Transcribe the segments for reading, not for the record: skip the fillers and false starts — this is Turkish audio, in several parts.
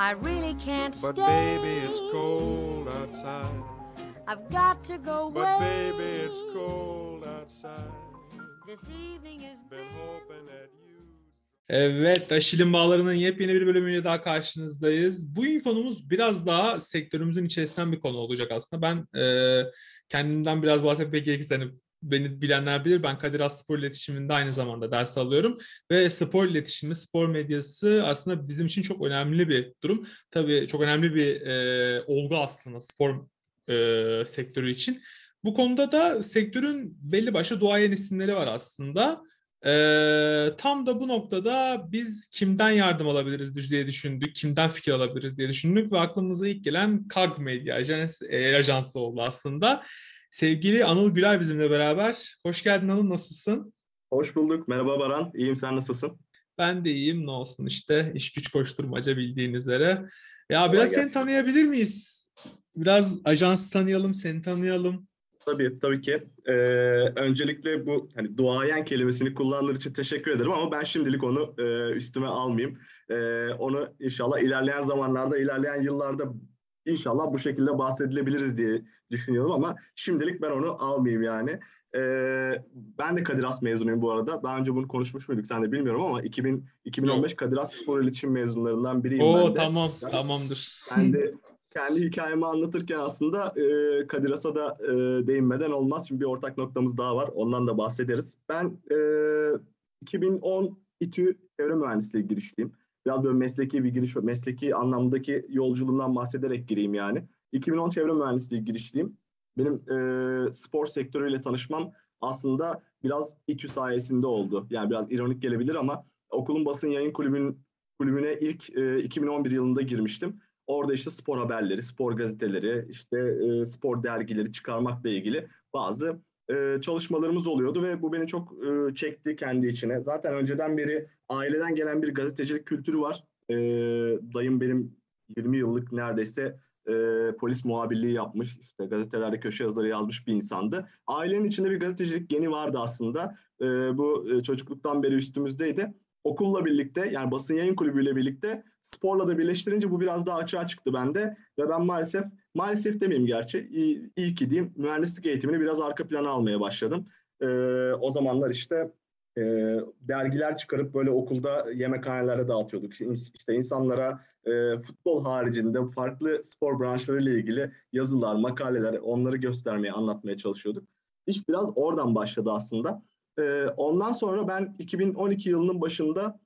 I really can't But stay. baby, it's cold outside. I've got to go But away. baby, it's cold outside. This evening has Been been. hoping that you... Evet, Aşil'in Bağları'nın yepyeni bir bölümüyle daha karşınızdayız. Bugün konumuz biraz daha sektörümüzün içerisinden bir konu olacak aslında. Ben kendimden biraz bahsetmek gerekirse hani beni bilenler bilir. Ben Kadir Has Spor İletişimi'nde aynı zamanda ders alıyorum. Ve spor iletişimi, spor medyası aslında bizim için çok önemli bir durum. Tabii çok önemli bir olgu aslında spor sektörü için. Bu konuda da sektörün belli başlı duayen isimleri var aslında. Tam da bu noktada biz kimden yardım alabiliriz diye düşündük, kimden fikir alabiliriz diye düşündük ve aklımıza ilk gelen KAG Medya Ajansı oldu aslında. Sevgili Anıl Güler bizimle beraber. Hoş geldin Anıl, nasılsın? Hoş bulduk. Merhaba Baran. İyiyim. Sen nasılsın? Ben de iyiyim, ne olsun işte. İş güç koşturmaca bildiğin üzere. Ya Kolay biraz seni gelsin. tanıyabilir miyiz? Biraz ajansı tanıyalım, seni tanıyalım. Tabii ki. Öncelikle bu hani duayen kelimesini kullandığın için teşekkür ederim ama ben şimdilik onu üstüme almayayım. Onu inşallah ilerleyen zamanlarda, ilerleyen yıllarda inşallah bu şekilde bahsedilebiliriz diye düşünüyorum ama şimdilik ben onu almayayım yani. Ben de Kadir Has mezunuyum bu arada. Daha önce bunu konuşmuş muyduk sen de bilmiyorum ama 2015 Yok. Kadir Has Spor İletişim mezunlarından biriyim Oo, ben de. tamam, tamamdır. Ben de kendi hikayemi anlatırken aslında Kadir Has'a da değinmeden olmaz. Şimdi bir ortak noktamız daha var. Ondan da bahsederiz. Ben 2010 İTÜ Çevre Mühendisliği girişliyim. Biraz böyle mesleki bir giriş, mesleki anlamdaki yolculuğumdan bahsederek gireyim yani. 2010 Çevre Mühendisliği girişliyim. Benim spor sektörüyle tanışmam aslında biraz İTÜ sayesinde oldu. Yani biraz ironik gelebilir ama okulun basın yayın kulübüne ilk 2011 yılında girmiştim. Orada işte spor haberleri, spor gazeteleri, işte spor dergileri çıkarmakla ilgili bazı çalışmalarımız oluyordu ve bu beni çok çekti kendi içine. Zaten önceden beri aileden gelen bir gazetecilik kültürü var. Dayım benim 20 yıllık neredeyse polis muhabirliği yapmış, işte gazetelerde köşe yazıları yazmış bir insandı. Ailenin içinde bir gazetecilik geni vardı aslında. Bu çocukluktan beri üstümüzdeydi. Okulla birlikte yani basın yayın kulübüyle birlikte sporla da birleştirince bu biraz daha açığa çıktı bende. Ve ben maalesef demeyeyim gerçi iyi ki diyeyim mühendislik eğitimini biraz arka plana almaya başladım. O zamanlar işte e, dergiler çıkarıp böyle okulda yemekhanelerde dağıtıyorduk. İşte insanlara futbol haricinde farklı spor branşlarıyla ilgili yazılar, makaleler onları göstermeye, anlatmaya çalışıyorduk. İş biraz oradan başladı aslında. Ondan sonra ben 2012 yılının başında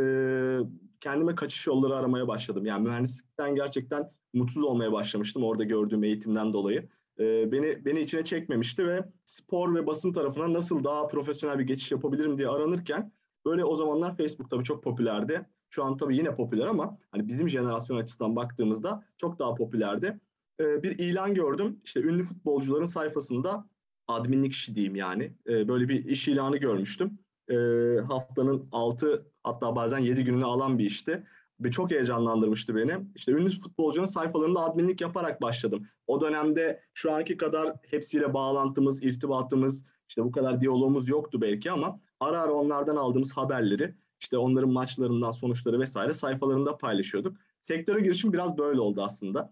kendime kaçış yolları aramaya başladım. Yani mühendislikten gerçekten mutsuz olmaya başlamıştım orada gördüğüm eğitimden dolayı. Beni içine çekmemişti ve spor ve basın tarafına nasıl daha profesyonel bir geçiş yapabilirim diye aranırken böyle o zamanlar Facebook tabii çok popülerdi. Şu an tabii yine popüler ama hani bizim jenerasyon açısından baktığımızda çok daha popülerdi. Bir ilan gördüm. İşte ünlü futbolcuların sayfasında adminlik işi diyeyim yani. Böyle bir iş ilanı görmüştüm. Haftanın 6 hatta bazen 7 gününü alan bir işti. Ve çok heyecanlandırmıştı beni. İşte ünlü futbolcunun sayfalarında adminlik yaparak başladım. O dönemde şu anki kadar hepsiyle bağlantımız, irtibatımız, işte bu kadar diyalogumuz yoktu belki ama ara ara onlardan aldığımız haberleri, işte onların maçlarından sonuçları vesaire sayfalarında paylaşıyorduk. Sektöre girişim biraz böyle oldu aslında.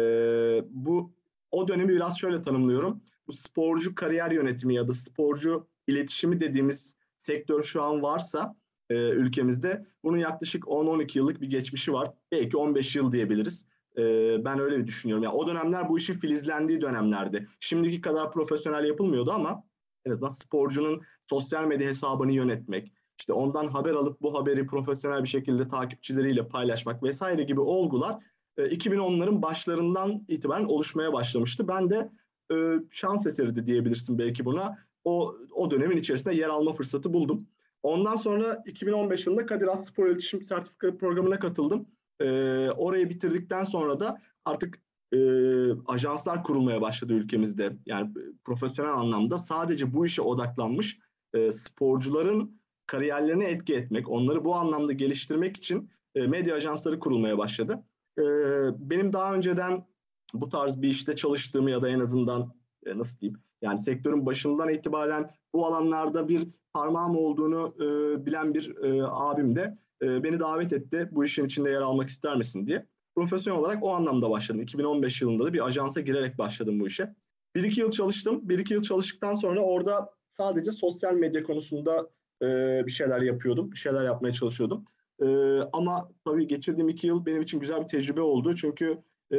O dönemi biraz şöyle tanımlıyorum. Bu sporcu kariyer yönetimi ya da sporcu iletişimi dediğimiz sektör şu an varsa ülkemizde bunun yaklaşık 10-12 yıllık bir geçmişi var. Belki 15 yıl diyebiliriz. Ben öyle düşünüyorum. Yani o dönemler bu işin filizlendiği dönemlerdi. Şimdiki kadar profesyonel yapılmıyordu ama en azından sporcunun sosyal medya hesabını yönetmek, işte ondan haber alıp bu haberi profesyonel bir şekilde takipçileriyle paylaşmak vesaire gibi olgular 2010'ların başlarından itibaren oluşmaya başlamıştı. Ben de şans eseri de diyebilirsin belki buna. O dönemin içerisinde yer alma fırsatı buldum. Ondan sonra 2015 yılında Kadir Has Spor İletişim Sertifika Programı'na katıldım. Orayı bitirdikten sonra da artık ajanslar kurulmaya başladı ülkemizde. Yani profesyonel anlamda sadece bu işe odaklanmış sporcuların kariyerlerine etki etmek, onları bu anlamda geliştirmek için medya ajansları kurulmaya başladı. Benim daha önceden bu tarz bir işte çalıştığımı ya da en azından nasıl diyeyim, yani sektörün başından itibaren bu alanlarda bir parmağım olduğunu bilen bir abim de beni davet etti. Bu işin içinde yer almak ister misin diye. profesyonel olarak o anlamda başladım. 2015 yılında da bir ajansa girerek başladım bu işe. 1-2 yıl çalıştım. 1-2 yıl çalıştıktan sonra orada sadece sosyal medya konusunda bir şeyler yapıyordum. Bir şeyler yapmaya çalışıyordum. Ama tabii geçirdiğim 2 yıl benim için güzel bir tecrübe oldu. Çünkü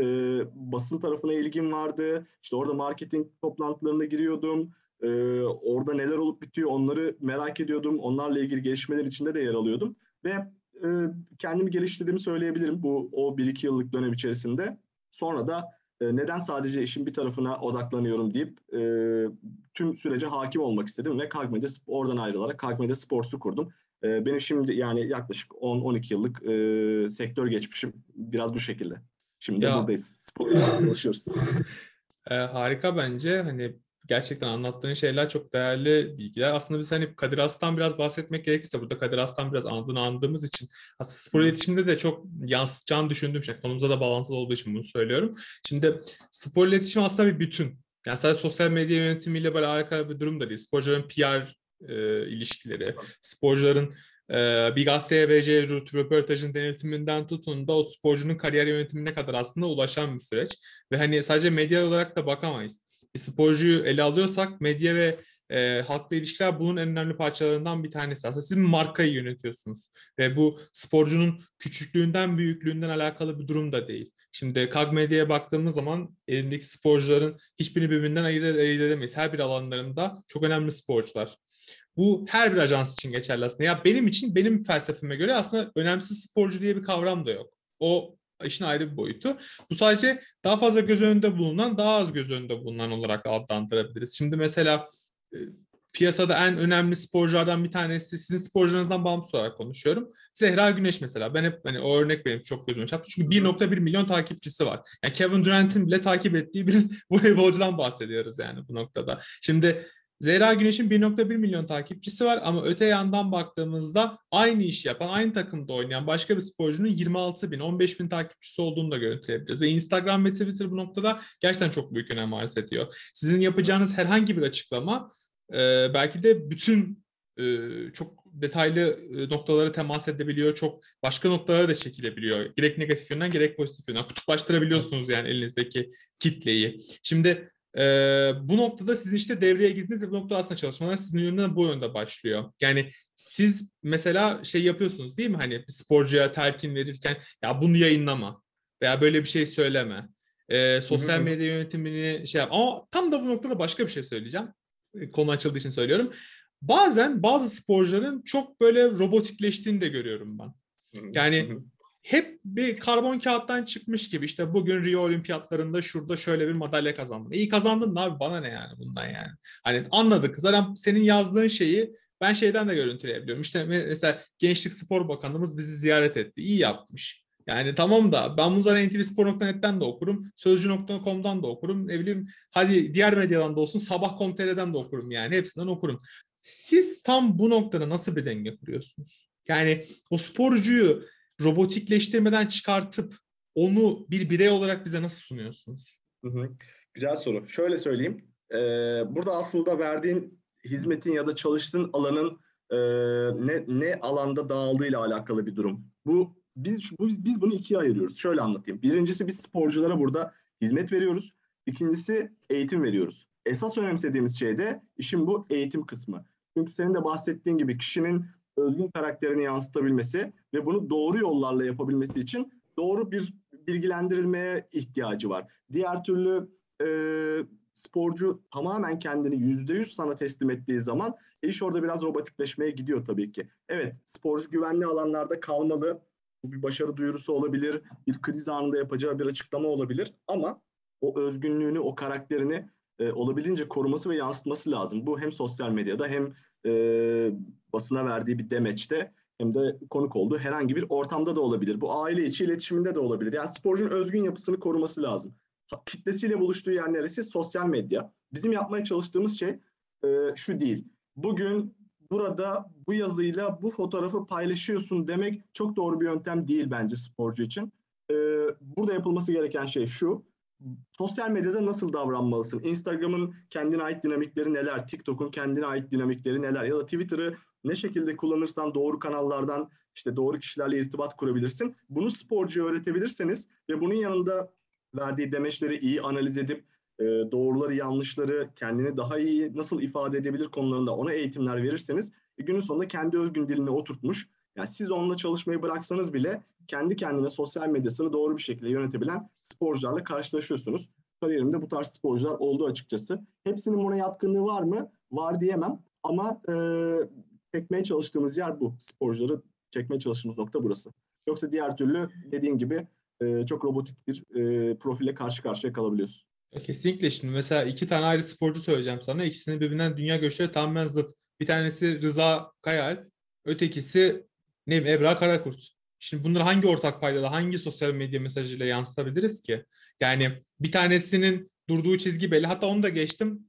basın tarafına ilgim vardı. İşte orada marketing toplantılarına giriyordum. Orada neler olup bitiyor onları merak ediyordum. Onlarla ilgili gelişmeler içinde de yer alıyordum. Ve kendimi geliştirdiğimi söyleyebilirim o 1-2 yıllık dönem içerisinde. Sonra da neden sadece işin bir tarafına odaklanıyorum deyip tüm sürece hakim olmak istedim ve Kagme'de oradan ayrılarak Kagme'de Sports'u kurdum. Benim şimdi yani yaklaşık 10-12 yıllık sektör geçmişim biraz bu şekilde. Şimdi de buradayız. Sporla çalışıyoruz. Harika bence. Hani gerçekten anlattığın şeyler çok değerli bilgiler. Aslında biz hani Kadir Has'tan biraz bahsetmek gerekirse burada Kadir Has'tan biraz andığımız için aslında spor iletişiminde de çok yansıtacağını düşündüğüm şey. Konumuza da bağlantılı olduğu için bunu söylüyorum. Şimdi spor iletişim aslında bir bütün. Yani sadece sosyal medya yönetimiyle böyle alakalı bir durum da değil. Sporcuların PR ilişkileri, sporcuların bir gazeteye vereceği röportajın denetiminden tutun da o sporcunun kariyer yönetimine kadar aslında ulaşan bir süreç. Ve hani sadece medya olarak da bakamayız. Bir sporcuyu ele alıyorsak medya ve halkla ilişkiler bunun en önemli parçalarından bir tanesi. Aslında siz bir markayı yönetiyorsunuz. Ve bu sporcunun küçüklüğünden, büyüklüğünden alakalı bir durum da değil. Şimdi Kagmedya'ya baktığımız zaman elindeki sporcuların hiçbirini birbirinden ayırt edemeyiz. Her bir alanlarında çok önemli sporcular. Bu her bir ajans için geçerli aslında. Ya benim için, benim felsefeme göre aslında önemsiz sporcu diye bir kavram da yok. O işin ayrı bir boyutu. Bu sadece daha fazla göz önünde bulunan, daha az göz önünde bulunan olarak adlandırabiliriz. Şimdi mesela piyasada en önemli sporculardan bir tanesi, sizin sporcularınızdan bağımsız olarak konuşuyorum. Zehra Güneş mesela. Ben hep hani o örnek benim çok gözüme çarptı. Çünkü 1.1 milyon takipçisi var. Yani Kevin Durant'in bile takip ettiği bir voleybolcudan bahsediyoruz yani bu noktada. Şimdi Zehra Güneş'in 1.1 milyon takipçisi var ama öte yandan baktığımızda aynı işi yapan, aynı takımda oynayan başka bir sporcunun 26 bin, 15 bin takipçisi olduğunu da görüntüleyebiliriz. Ve Instagram ve Twitter bu noktada gerçekten çok büyük önem arz ediyor. Sizin yapacağınız herhangi bir açıklama belki de bütün çok detaylı noktalara temas edebiliyor, çok başka noktalara da çekilebiliyor. Gerek negatif yönden gerek pozitif yönden. Kutuplaştırabiliyorsunuz yani elinizdeki kitleyi. Şimdi bu noktada sizin işte devreye girdiniz ve bu noktada aslında çalışmalar sizin yönünden bu yönde başlıyor. Yani siz mesela şey yapıyorsunuz değil mi? Hani bir sporcuya telkin verirken ya bunu yayınlama veya böyle bir şey söyleme. Sosyal medya yönetimini şey yap. Ama tam da bu noktada başka bir şey söyleyeceğim. Konu açıldığı için söylüyorum. Bazen bazı sporcuların çok böyle robotikleştiğini de görüyorum ben. Yani hep bir karbon kağıttan çıkmış gibi işte bugün Rio Olimpiyatlarında şurada şöyle bir madalya kazandım. İyi kazandın da abi bana ne yani bundan yani. Hani anladık. Zaten senin yazdığın şeyi ben şeyden de görüntüleyebiliyorum. İşte mesela Gençlik Spor Bakanımız bizi ziyaret etti. İyi yapmış. Yani tamam da ben bunu zaten ntvspor.net'ten de okurum. Sözcü.com'dan da okurum. Ne bileyim hadi diğer medyadan da olsun Sabah.com.tr'den de okurum yani. Hepsinden okurum. Siz tam bu noktada nasıl bir denge kuruyorsunuz? Yani o sporcuyu robotikleştirmeden çıkartıp onu bir birey olarak bize nasıl sunuyorsunuz? Güzel soru. Şöyle söyleyeyim. Burada aslında verdiğin hizmetin ya da çalıştığın alanın ne alanda dağıldığıyla alakalı bir durum. Biz bunu ikiye ayırıyoruz. Şöyle anlatayım. Birincisi biz sporculara burada hizmet veriyoruz. İkincisi eğitim veriyoruz. Esas önemsediğimiz şey de işin bu eğitim kısmı. Çünkü senin de bahsettiğin gibi kişinin özgün karakterini yansıtabilmesi ve bunu doğru yollarla yapabilmesi için doğru bir bilgilendirilmeye ihtiyacı var. Diğer türlü sporcu tamamen kendini %100 sana teslim ettiği zaman iş orada biraz robotikleşmeye gidiyor tabii ki. Evet, sporcu güvenli alanlarda kalmalı. Bu bir başarı duyurusu olabilir, bir kriz anında yapacağı bir açıklama olabilir ama o özgünlüğünü, o karakterini olabildiğince koruması ve yansıtması lazım. Bu hem sosyal medyada hem basına verdiği bir demeçte hem de konuk olduğu herhangi bir ortamda da olabilir. Bu aile içi iletişiminde de olabilir. Yani sporcunun özgün yapısını koruması lazım. Kitlesiyle buluştuğu yer neresi? Sosyal medya. Bizim yapmaya çalıştığımız şey şu değil. Bugün burada bu yazıyla bu fotoğrafı paylaşıyorsun demek çok doğru bir yöntem değil bence sporcu için. Burada yapılması gereken şey şu. Sosyal medyada nasıl davranmalısın? Instagram'ın kendine ait dinamikleri neler? TikTok'un kendine ait dinamikleri neler? Ya da Twitter'ı ne şekilde kullanırsan doğru kanallardan işte doğru kişilerle irtibat kurabilirsin. Bunu sporcuya öğretebilirseniz ve bunun yanında verdiği demeçleri iyi analiz edip doğruları yanlışları kendini daha iyi nasıl ifade edebilir konularında ona eğitimler verirseniz günün sonunda kendi özgün diline oturtmuş. Yani siz onunla çalışmayı bıraksanız bile kendi kendine sosyal medyasını doğru bir şekilde yönetebilen sporcularla karşılaşıyorsunuz. Kariyerimde bu tarz sporcular oldu açıkçası. Hepsinin buna yatkınlığı var mı? Var diyemem. Ama çekmeye çalıştığımız yer bu. Sporcuları çekmeye çalıştığımız nokta burası. Yoksa diğer türlü dediğim gibi çok robotik bir profile karşı karşıya kalabiliyorsun. Kesinlikle. Şimdi mesela 2 tane ayrı sporcu söyleyeceğim sana. İkisinin birbirinden dünya görüşleri tamamen zıt. Bir tanesi Rıza Kayaalp, ötekisi ne bileyim Ebrar Karakurt. Şimdi bunları hangi ortak paydada, hangi sosyal medya mesajıyla yansıtabiliriz ki? Yani bir tanesinin durduğu çizgi belli. Hatta onu da geçtim.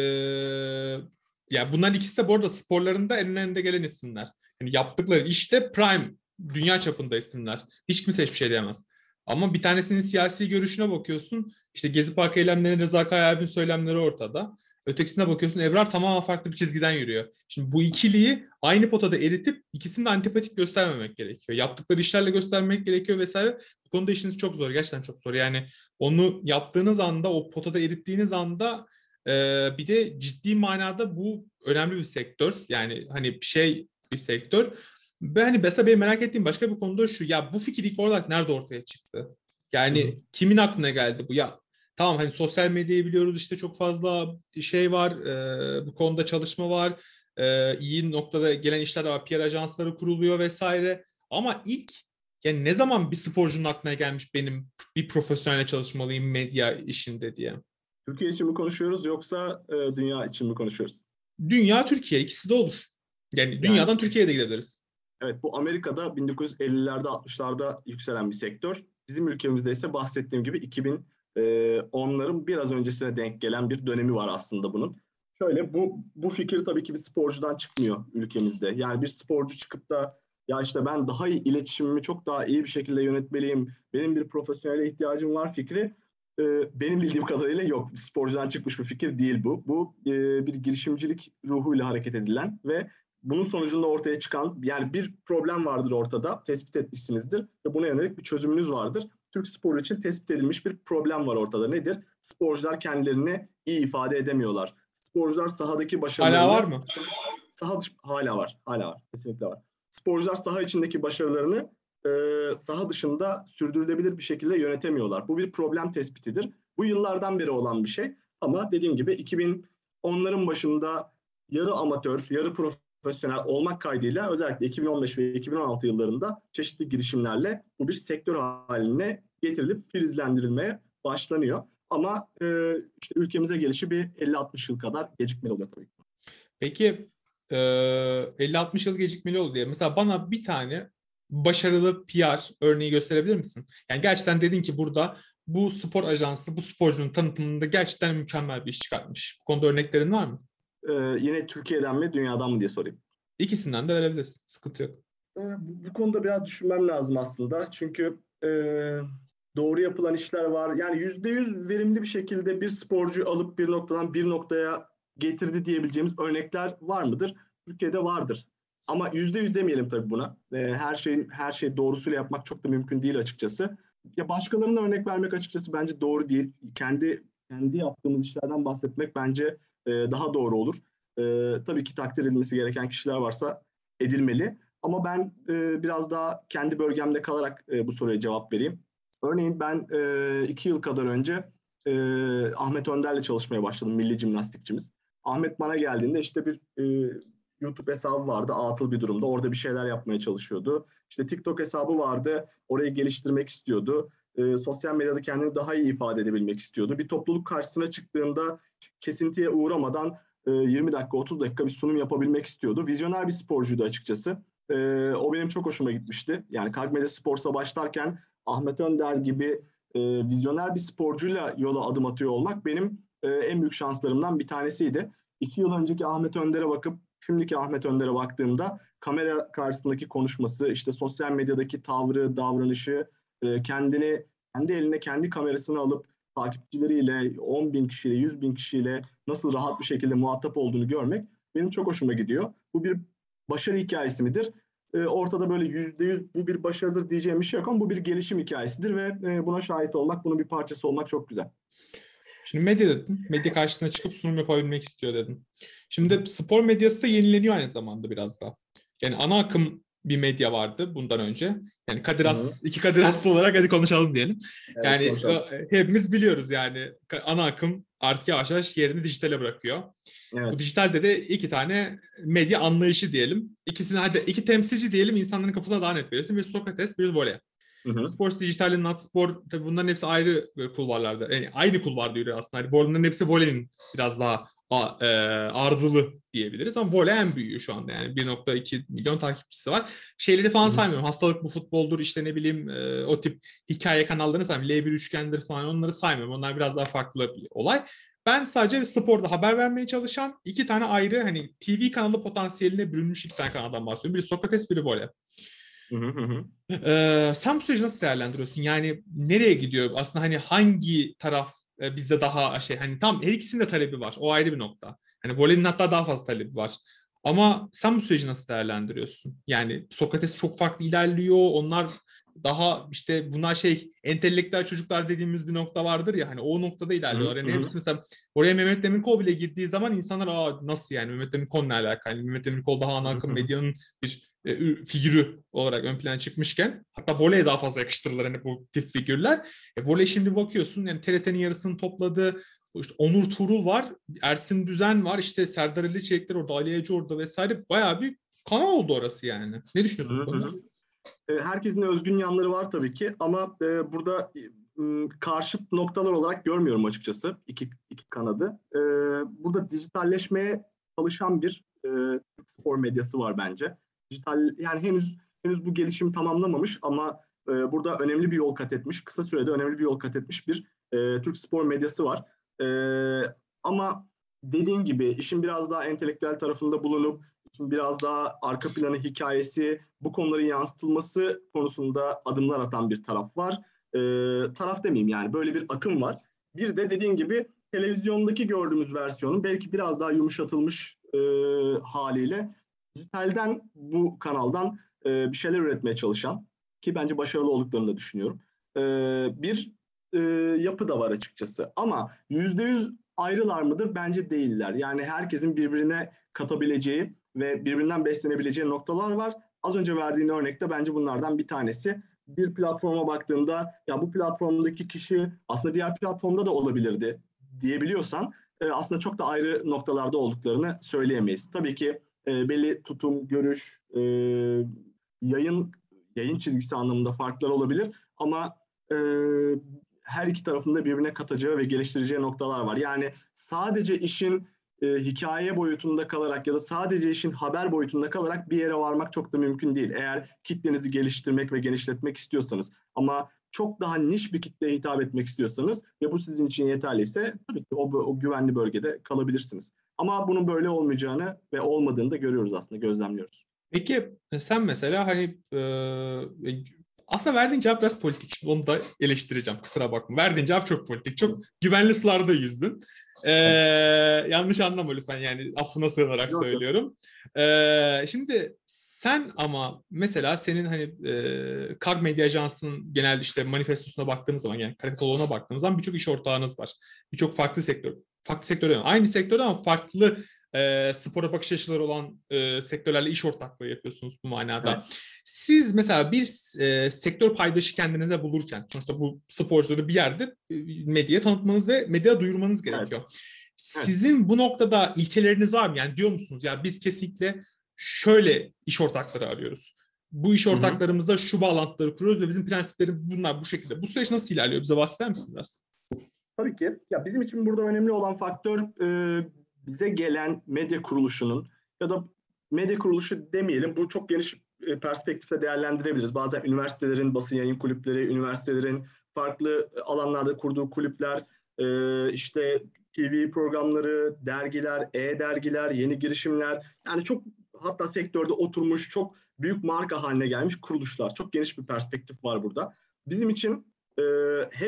Ya bunların ikisi de bu arada sporlarında en önde gelen isimler. Yani yaptıkları işte prime, dünya çapında isimler. Hiç kimse hiçbir şey diyemez. Ama bir tanesinin siyasi görüşüne bakıyorsun. İşte Gezi Parkı eylemlerinin Rıza Kayaalp'in söylemleri ortada. Ötekisine bakıyorsun Ebrar tamamen farklı bir çizgiden yürüyor. Şimdi bu ikiliyi aynı potada eritip ikisini de antipatik göstermemek gerekiyor. Yaptıkları işlerle göstermek gerekiyor vesaire. Bu konuda işiniz çok zor. Gerçekten çok zor. Yani onu yaptığınız anda, o potada erittiğiniz anda bir de ciddi manada bu önemli bir sektör. Yani hani bir sektör. Ve hani mesela benim merak ettiğim başka bir konu da şu. Ya bu fikir ilk olarak nerede ortaya çıktı? Yani kimin aklına geldi bu? Ya tamam hani sosyal medyayı biliyoruz işte çok fazla şey var. Bu konuda çalışma var. İyi noktada gelen işler var. PR ajansları kuruluyor vesaire. Ama ilk yani ne zaman bir sporcunun aklına gelmiş benim bir profesyonel çalışmalıyım medya işinde diye? Türkiye için mi konuşuyoruz yoksa dünya için mi konuşuyoruz? Dünya, Türkiye ikisi de olur. Yani dünyadan Türkiye'ye de gidebiliriz. Evet, bu Amerika'da 1950'lerde 60'larda yükselen bir sektör. Bizim ülkemizde ise bahsettiğim gibi 2010'ların biraz öncesine denk gelen bir dönemi var aslında bunun. Şöyle bu fikir tabii ki bir sporcudan çıkmıyor ülkemizde. Yani bir sporcu çıkıp da ya işte ben daha iyi iletişimimi çok daha iyi bir şekilde yönetmeliyim. Benim bir profesyonele ihtiyacım var fikri. Benim bildiğim kadarıyla yok. Sporcudan çıkmış bir fikir değil bu. Bu bir girişimcilik ruhuyla hareket edilen ve bunun sonucunda ortaya çıkan yani bir problem vardır ortada. Tespit etmişsinizdir ve buna yönelik bir çözümünüz vardır. Türk sporu için tespit edilmiş bir problem var ortada. Nedir? Sporcular kendilerini iyi ifade edemiyorlar. Sporcular sahadaki başarılarını... Hala var mı? Hala var. Hala var. Kesinlikle var. Sporcular saha içindeki başarılarını saha dışında sürdürülebilir bir şekilde yönetemiyorlar. Bu bir problem tespitidir. Bu yıllardan beri olan bir şey. Ama dediğim gibi 2010'ların başında yarı amatör, yarı profesyonel olmak kaydıyla özellikle 2015 ve 2016 yıllarında çeşitli girişimlerle bu bir sektör haline getirilip filizlendirilmeye başlanıyor. Ama işte ülkemize gelişi bir 50-60 yıl kadar gecikmeli oluyor tabii ki. Peki 50-60 yıl gecikmeli oldu diye. Mesela bana bir tane başarılı PR örneği gösterebilir misin? Yani gerçekten dedin ki burada bu spor ajansı, bu sporcunun tanıtımında gerçekten mükemmel bir iş çıkartmış. Bu konuda örneklerin var mı? Yine Türkiye'den mi, dünyadan mı diye sorayım. İkisinden de verebilirsin. Sıkıntı yok. Bu konuda biraz düşünmem lazım aslında. Çünkü doğru yapılan işler var. Yani %100 verimli bir şekilde bir sporcu alıp bir noktadan bir noktaya getirdi diyebileceğimiz örnekler var mıdır? Türkiye'de vardır. Ama %100 demeyelim tabii buna. Her şeyi doğrusuyla yapmak çok da mümkün değil açıkçası. Ya başkalarına örnek vermek açıkçası bence doğru değil. Kendi yaptığımız işlerden bahsetmek bence daha doğru olur. Tabii ki takdir edilmesi gereken kişiler varsa edilmeli. Ama ben biraz daha kendi bölgemde kalarak bu soruya cevap vereyim. Örneğin ben 2 yıl kadar önce Ahmet Önder'le çalışmaya başladım, milli jimnastikçimiz. Ahmet bana geldiğinde işte bir YouTube hesabı vardı, atıl bir durumda. Orada bir şeyler yapmaya çalışıyordu. İşte TikTok hesabı vardı, orayı geliştirmek istiyordu. Sosyal medyada kendini daha iyi ifade edebilmek istiyordu. Bir topluluk karşısına çıktığında kesintiye uğramadan 20 dakika, 30 dakika bir sunum yapabilmek istiyordu. Vizyoner bir sporcuydu açıkçası. O benim çok hoşuma gitmişti. Yani Kagmede Sports'a başlarken Ahmet Önder gibi vizyoner bir sporcuyla yola adım atıyor olmak benim en büyük şanslarımdan bir tanesiydi. 2 yıl önceki Ahmet Önder'e bakıp şimdiki Ahmet Önder'e baktığımda kamera karşısındaki konuşması, işte sosyal medyadaki tavrı, davranışı, kendi eline kendi kamerasını alıp takipçileriyle 10.000 kişiyle, 100.000 kişiyle nasıl rahat bir şekilde muhatap olduğunu görmek benim çok hoşuma gidiyor. Bu bir başarı hikayesi midir? ortada böyle %100 bu bir başarıdır diyeceğim bir şey yok ama bu bir gelişim hikayesidir ve buna şahit olmak, bunun bir parçası olmak çok güzel. Şimdi medya dedin. Medya karşısına çıkıp sunum yapabilmek istiyor dedin. Şimdi spor medyası da yenileniyor aynı zamanda biraz da. Yani ana akım bir medya vardı bundan önce. Yani Kadir Has, iki Kadir Has'lı olarak hadi konuşalım diyelim. Evet, Yani konuşalım. hepimiz biliyoruz yani ana akım artık yavaş yavaş yerini dijitale bırakıyor. Evet. Bu dijitalde de iki tane medya anlayışı diyelim. İkisini hadi iki temsilci diyelim, insanların kafasına daha net verirsin. Bir Sokrates, bir Voley. Sports Dijital'in, Natspor, tabii bunların hepsi ayrı kulvarlarda. Yani aynı kulvarda yürüyor aslında. Yani bunların hepsi voley'nin biraz daha ardılığı diyebiliriz. Ama voley en büyüğü şu anda. Yani 1.2 milyon takipçisi var. Şeyleri falan saymıyorum. Hastalık bu futboldur, işte ne bileyim o tip hikaye kanallarını saymıyorum. L1 üçgendir falan, onları saymıyorum. Onlar biraz daha farklı bir olay. Ben sadece sporda haber vermeye çalışan iki tane ayrı hani TV kanalı potansiyeline bürünmüş iki tane kanaldan bahsediyorum. Biri Sokrates, biri Voley. Sen bu süreci nasıl değerlendiriyorsun? Yani nereye gidiyor? Aslında hani hangi taraf bizde daha hani tam her ikisinin de talebi var. O ayrı bir nokta. Hani voley'nin hatta daha fazla talebi var. Ama sen bu süreci nasıl değerlendiriyorsun? Yani Sokrates çok farklı ilerliyor. Onlar daha işte bunlar entelektüel çocuklar dediğimiz bir nokta vardır ya, hani o noktada ilerliyorlar. Yani hepsi mesela oraya Mehmet Demirkol bile girdiği zaman insanlar nasıl yani Mehmet Demirkol ne alakalı? Yani Mehmet Demirkol daha ana akım medyanın bir figürü olarak ön plana çıkmışken, hatta voleye daha fazla yakıştırırlar hani bu tip figürler. Voley şimdi bakıyorsun yani TRT'nin yarısını topladı. İşte Onur Tuğrul var, Ersin Düzen var, işte Serdar Ali Çelikler orada, Ali Ece orada vesaire, bayağı bir kanal oldu orası yani. Ne düşünüyorsun bu konuda? Herkesin özgün yanları var tabii ki ama burada karşıt noktalar olarak görmüyorum açıkçası iki kanadı. Burada dijitalleşmeye çalışan bir spor medyası var bence. Yani henüz bu gelişimi tamamlamamış ama burada önemli bir yol kat etmiş, kısa sürede önemli bir yol kat etmiş bir Türk spor medyası var. Ama dediğim gibi işin biraz daha entelektüel tarafında bulunup biraz daha arka planı, hikayesi, bu konuların yansıtılması konusunda adımlar atan bir taraf var. Taraf demeyeyim yani, böyle bir akım var. Bir de dediğin gibi televizyondaki gördüğümüz versiyonun belki biraz daha yumuşatılmış haliyle dijitalden, bu kanaldan bir şeyler üretmeye çalışan, ki bence başarılı olduklarını da düşünüyorum, bir yapı da var açıkçası. Ama %100 ayrılar mıdır? Bence değiller. Yani herkesin birbirine katabileceği ve birbirinden beslenebileceği noktalar var. Az önce verdiğin örnekte bence bunlardan bir tanesi. Bir platforma baktığında ya bu platformdaki kişi aslında diğer platformda da olabilirdi diyebiliyorsan aslında çok da ayrı noktalarda olduklarını söyleyemeyiz. Tabii ki belli tutum, görüş, yayın çizgisi anlamında farklar olabilir ama her iki tarafında birbirine katacağı ve geliştireceği noktalar var. Yani sadece işin hikaye boyutunda kalarak ya da sadece işin haber boyutunda kalarak bir yere varmak çok da mümkün değil. Eğer kitlenizi geliştirmek ve genişletmek istiyorsanız ama çok daha niş bir kitleye hitap etmek istiyorsanız ve bu sizin için yeterliyse tabii ki o güvenli bölgede kalabilirsiniz. Ama bunun böyle olmayacağını ve olmadığını da görüyoruz, aslında gözlemliyoruz. Peki sen mesela hani aslında verdiğin cevap biraz politik. Şimdi onu da eleştireceğim. Kusura bakma. Verdiğin cevap çok politik. Çok güvenli sularda yüzdün. Yanlış anlama lütfen. Yani affına sığınarak söylüyorum. Şimdi sen ama mesela senin hani Kar Medya Ajansı'nın genel işte manifestosuna baktığımız zaman, yani kataloğuna baktığımız zaman birçok iş ortağınız var. Birçok farklı sektör. Farklı sektörde, aynı sektörde ama farklı spora bakış açıları olan sektörlerle iş ortaklığı yapıyorsunuz bu manada. Evet. Siz mesela bir sektör paydaşı kendinize bulurken, sonuçta bu sporcuları bir yerde medyaya tanıtmanız ve medyaya duyurmanız gerekiyor. Evet. Sizin bu noktada ilkeleriniz var mı? Yani diyor musunuz ya biz kesinlikle şöyle iş ortakları arıyoruz. Bu iş ortaklarımızda şu bağlantıları kuruyoruz ve bizim prensiplerimiz bunlar bu şekilde. Bu süreç nasıl ilerliyor? Bize bahseder misin biraz? Tabii ki. Ya bizim için burada önemli olan faktör bize gelen medya kuruluşunun ya da medya kuruluşu demeyelim, bu çok geniş perspektifte değerlendirebiliriz. Bazen üniversitelerin basın yayın kulüpleri, üniversitelerin farklı alanlarda kurduğu kulüpler, işte TV programları, dergiler, e-dergiler, yeni girişimler, yani çok hatta sektörde oturmuş çok büyük marka haline gelmiş kuruluşlar. Çok geniş bir perspektif var burada. Bizim için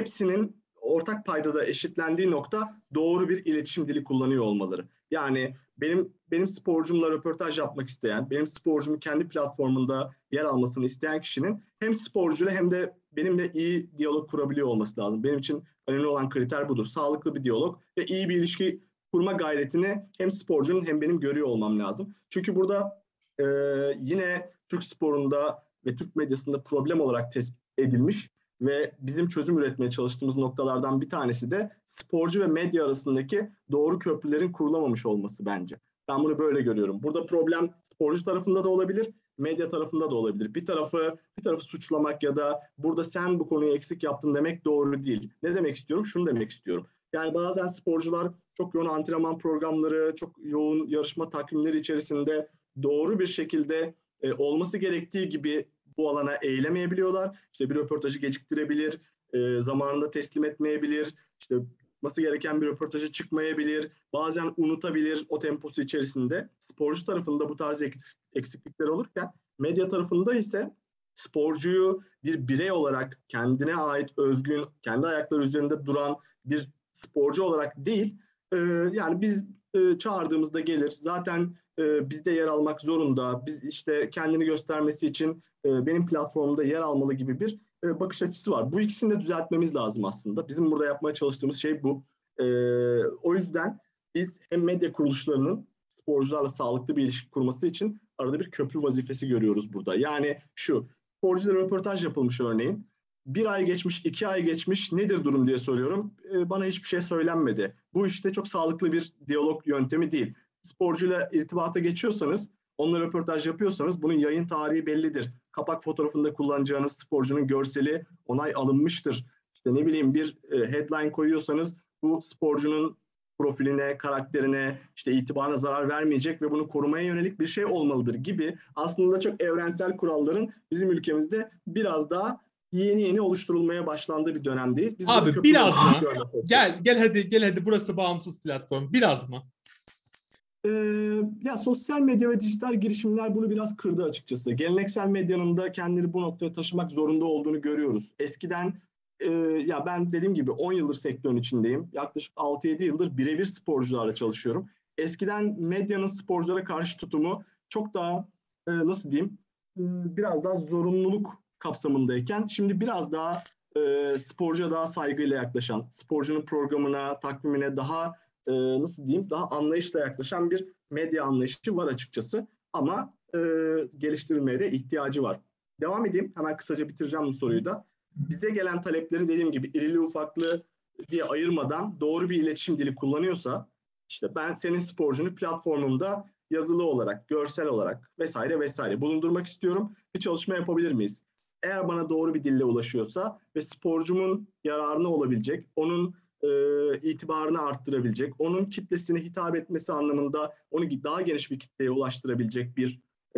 hepsinin ortak paydada eşitlendiği nokta doğru bir iletişim dili kullanıyor olmaları. Yani benim sporcumla röportaj yapmak isteyen, benim sporcumun kendi platformunda yer almasını isteyen kişinin hem sporcuyla hem de benimle iyi diyalog kurabiliyor olması lazım. Benim için önemli olan kriter budur. Sağlıklı bir diyalog ve iyi bir ilişki kurma gayretini hem sporcunun hem benim görüyor olmam lazım. Çünkü burada yine Türk sporunda ve Türk medyasında problem olarak tespit edilmiş ve bizim çözüm üretmeye çalıştığımız noktalardan bir tanesi de sporcu ve medya arasındaki doğru köprülerin kurulamamış olması bence. Ben bunu böyle görüyorum. Burada problem sporcu tarafında da olabilir, medya tarafında da olabilir. Bir tarafı suçlamak ya da burada sen bu konuyu eksik yaptın demek doğru değil. Ne demek istiyorum? Şunu demek istiyorum. Yani bazen sporcular çok yoğun antrenman programları, çok yoğun yarışma takvimleri içerisinde doğru bir şekilde olması gerektiği gibi bu alana eğilemeyebiliyorlar. İşte bir röportajı geciktirebilir, zamanında teslim etmeyebilir, işte çıkması gereken bir röportaja çıkmayabilir, bazen unutabilir o temposu içerisinde. Sporcu tarafında bu tarz eksiklikler olurken medya tarafında ise sporcuyu bir birey olarak kendine ait özgün, kendi ayakları üzerinde duran bir sporcu olarak değil, yani biz çağırdığımızda gelir. Zaten bizde yer almak zorunda. Biz işte kendini göstermesi için benim platformumda yer almalı gibi bir bakış açısı var. Bu ikisini de düzeltmemiz lazım aslında. Bizim burada yapmaya çalıştığımız şey bu. O yüzden biz hem medya kuruluşlarının sporcularla sağlıklı bir ilişki kurması için arada bir köprü vazifesi görüyoruz burada. Yani şu, sporcuyla röportaj yapılmış örneğin. 1 ay geçmiş, 2 ay geçmiş, nedir durum diye soruyorum. Bana hiçbir şey söylenmedi. Bu işte çok sağlıklı bir diyalog yöntemi değil. Sporcuyla irtibata geçiyorsanız, onunla röportaj yapıyorsanız bunun yayın tarihi bellidir. Kapak fotoğrafında kullanacağınız sporcunun görseli onay alınmıştır. İşte ne bileyim bir headline koyuyorsanız bu sporcunun profiline, karakterine, işte itibarına zarar vermeyecek ve bunu korumaya yönelik bir şey olmalıdır gibi aslında çok evrensel kuralların bizim ülkemizde biraz daha yeni oluşturulmaya başlandığı bir dönemdeyiz. Biz abi biraz mı? Gel hadi burası bağımsız platform. Biraz mı? Ya sosyal medya ve dijital girişimler bunu biraz kırdı açıkçası. Geleneksel medyanın da kendini bu noktaya taşımak zorunda olduğunu görüyoruz. Eskiden ya ben dediğim gibi 10 yıldır sektörün içindeyim. Yaklaşık 6-7 yıldır birebir sporcularla çalışıyorum. Eskiden medyanın sporculara karşı tutumu çok daha nasıl diyeyim biraz daha zorunluluk kapsamındayken şimdi biraz daha sporcuya daha saygıyla yaklaşan, sporcunun programına, takvimine daha nasıl diyeyim daha anlayışla yaklaşan bir medya anlayışı var açıkçası. Ama geliştirilmeye de ihtiyacı var. Devam edeyim. Hemen kısaca bitireceğim bu soruyu da. Bize gelen talepleri dediğim gibi irili ufaklı diye ayırmadan doğru bir iletişim dili kullanıyorsa işte ben senin sporcunu platformumda yazılı olarak, görsel olarak vesaire bulundurmak istiyorum. Bir çalışma yapabilir miyiz? Eğer bana doğru bir dille ulaşıyorsa ve sporcumun yararına olabilecek, onun itibarını arttırabilecek, onun kitlesine hitap etmesi anlamında onu daha geniş bir kitleye ulaştırabilecek bir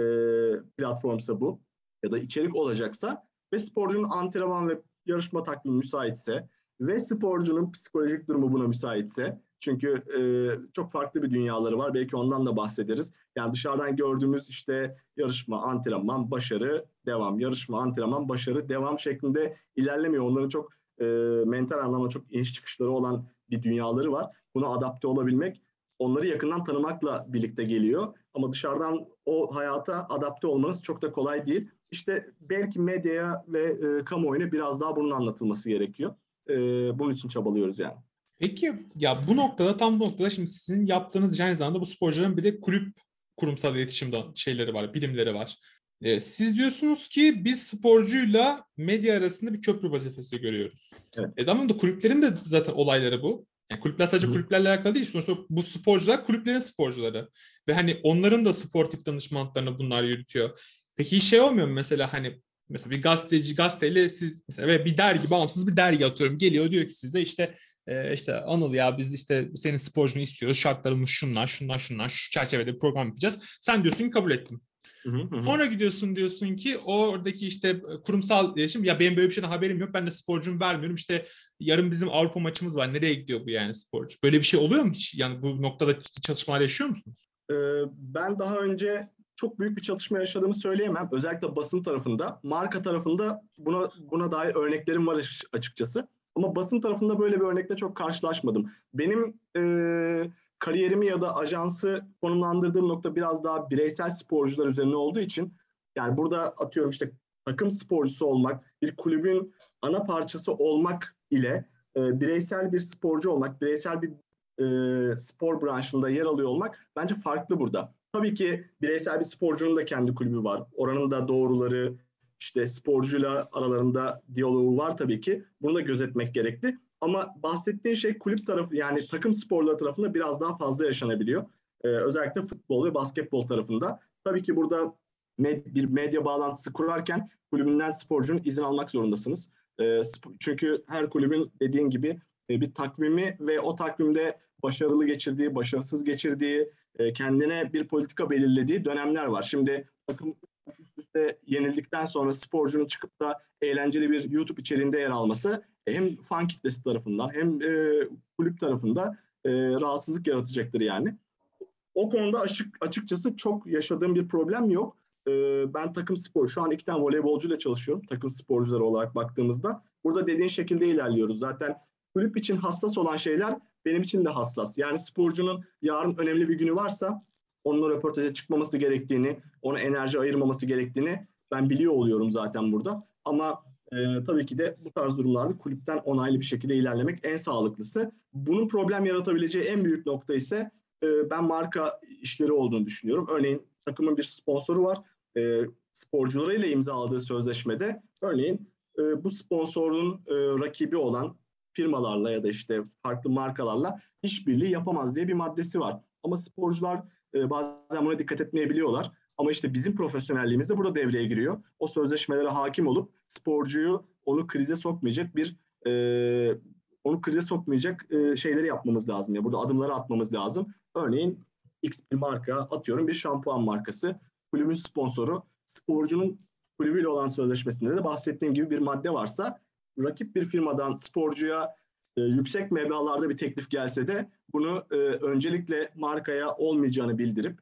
platformsa bu ya da içerik olacaksa ve sporcunun antrenman ve yarışma takvimi müsaitse ve sporcunun psikolojik durumu buna müsaitse çünkü çok farklı bir dünyaları var. Belki ondan da bahsederiz. Yani dışarıdan gördüğümüz işte yarışma, antrenman, başarı, devam. Yarışma, antrenman, başarı, devam şeklinde ilerlemiyor. Onların çok mental anlamda çok iniş çıkışları olan bir dünyaları var. Buna adapte olabilmek, onları yakından tanımakla birlikte geliyor. Ama dışarıdan o hayata adapte olmanız çok da kolay değil. İşte belki medyaya ve kamuoyuna biraz daha bunun anlatılması gerekiyor. Bunun için çabalıyoruz yani. Peki ya tam bu noktada şimdi sizin yaptığınız aynı zamanda bu sporcuların bir de kurumsal iletişim şeyleri var, bilimleri var. Siz diyorsunuz ki biz sporcuyla medya arasında bir köprü vazifesi görüyoruz. Evet. Ama da kulüplerin de zaten olayları bu. Yani kulüpler sadece kulüplerle alakalı değil. Sonuçta bu sporcular kulüplerin sporcuları. Ve hani onların da sportif danışmanlıklarını bunlar yürütüyor. Peki şey olmuyor mu mesela bir gazeteyle siz mesela ve bir dergi, bağımsız bir dergi atıyorum geliyor diyor ki size işte Anıl ya biz işte senin sporcunu istiyoruz. Şartlarımız şunlar şu çerçevede bir program yapacağız. Sen diyorsun ki kabul ettim. Sonra gidiyorsun diyorsun ki oradaki işte kurumsal iletişim ya benim böyle bir şeyden haberim yok. Ben de sporcumu vermiyorum. İşte yarın bizim Avrupa maçımız var. Nereye gidiyor bu yani sporcu? Böyle bir şey oluyor mu hiç? Yani bu noktada çalışmalar yaşıyor musunuz? Ben daha önce çok büyük bir çatışma yaşadığımı söyleyemem. Özellikle basın tarafında. Marka tarafında buna dair örneklerim var açıkçası. Ama basın tarafında böyle bir örnekle çok karşılaşmadım. Benim kariyerimi ya da ajansı konumlandırdığım nokta biraz daha bireysel sporcular üzerine olduğu için, yani burada atıyorum işte takım sporcusu olmak, bir kulübün ana parçası olmak ile bireysel bir sporcu olmak, bireysel bir spor branşında yer alıyor olmak bence farklı burada. Tabii ki bireysel bir sporcunun da kendi kulübü var. Oranın da doğruları, işte sporcuyla aralarında diyaloğu var tabii ki. Bunu da gözetmek gerekli. Ama bahsettiğin şey kulüp tarafı, yani takım sporları tarafında biraz daha fazla yaşanabiliyor. Özellikle futbol ve basketbol tarafında. Tabii ki burada bir medya bağlantısı kurarken kulübünden sporcunun izin almak zorundasınız. Çünkü her kulübün dediğin gibi bir takvimi ve o takvimde başarılı geçirdiği, başarısız geçirdiği, kendine bir politika belirlediği dönemler var. Şimdi takım üst üste yenildikten sonra sporcunun çıkıp da eğlenceli bir YouTube içeriğinde yer alması hem fan kitlesi tarafından hem kulüp tarafında rahatsızlık yaratacaktır yani. O konuda açıkçası çok yaşadığım bir problem yok. Ben takım spor, şu an 2 tane voleybolcuyla çalışıyorum takım sporcuları olarak baktığımızda. Burada dediğin şekilde ilerliyoruz. Zaten kulüp için hassas olan şeyler benim için de hassas. Yani sporcunun yarın önemli bir günü varsa onun röportaja çıkmaması gerektiğini, ona enerji ayırmaması gerektiğini ben biliyor oluyorum zaten burada. Ama tabii ki de bu tarz durumlarda kulüpten onaylı bir şekilde ilerlemek en sağlıklısı. Bunun problem yaratabileceği en büyük nokta ise ben marka işleri olduğunu düşünüyorum. Örneğin takımın bir sponsoru var. Sporcularıyla imzaladığı sözleşmede örneğin bu sponsorun rakibi olan firmalarla ya da işte farklı markalarla işbirliği yapamaz diye bir maddesi var. Ama sporcular bazen buna dikkat etmeyebiliyorlar. Ama işte bizim profesyonelliğimiz de burada devreye giriyor. O sözleşmelere hakim olup sporcuyu onu krize sokmayacak şeyleri yapmamız lazım. Ya burada adımları atmamız lazım. Örneğin X bir marka, atıyorum bir şampuan markası, kulübün sponsoru, sporcunun kulübüyle olan sözleşmesinde de bahsettiğim gibi bir madde varsa, rakip bir firmadan sporcuya yüksek meblağlarda bir teklif gelse de bunu öncelikle markaya olmayacağını bildirip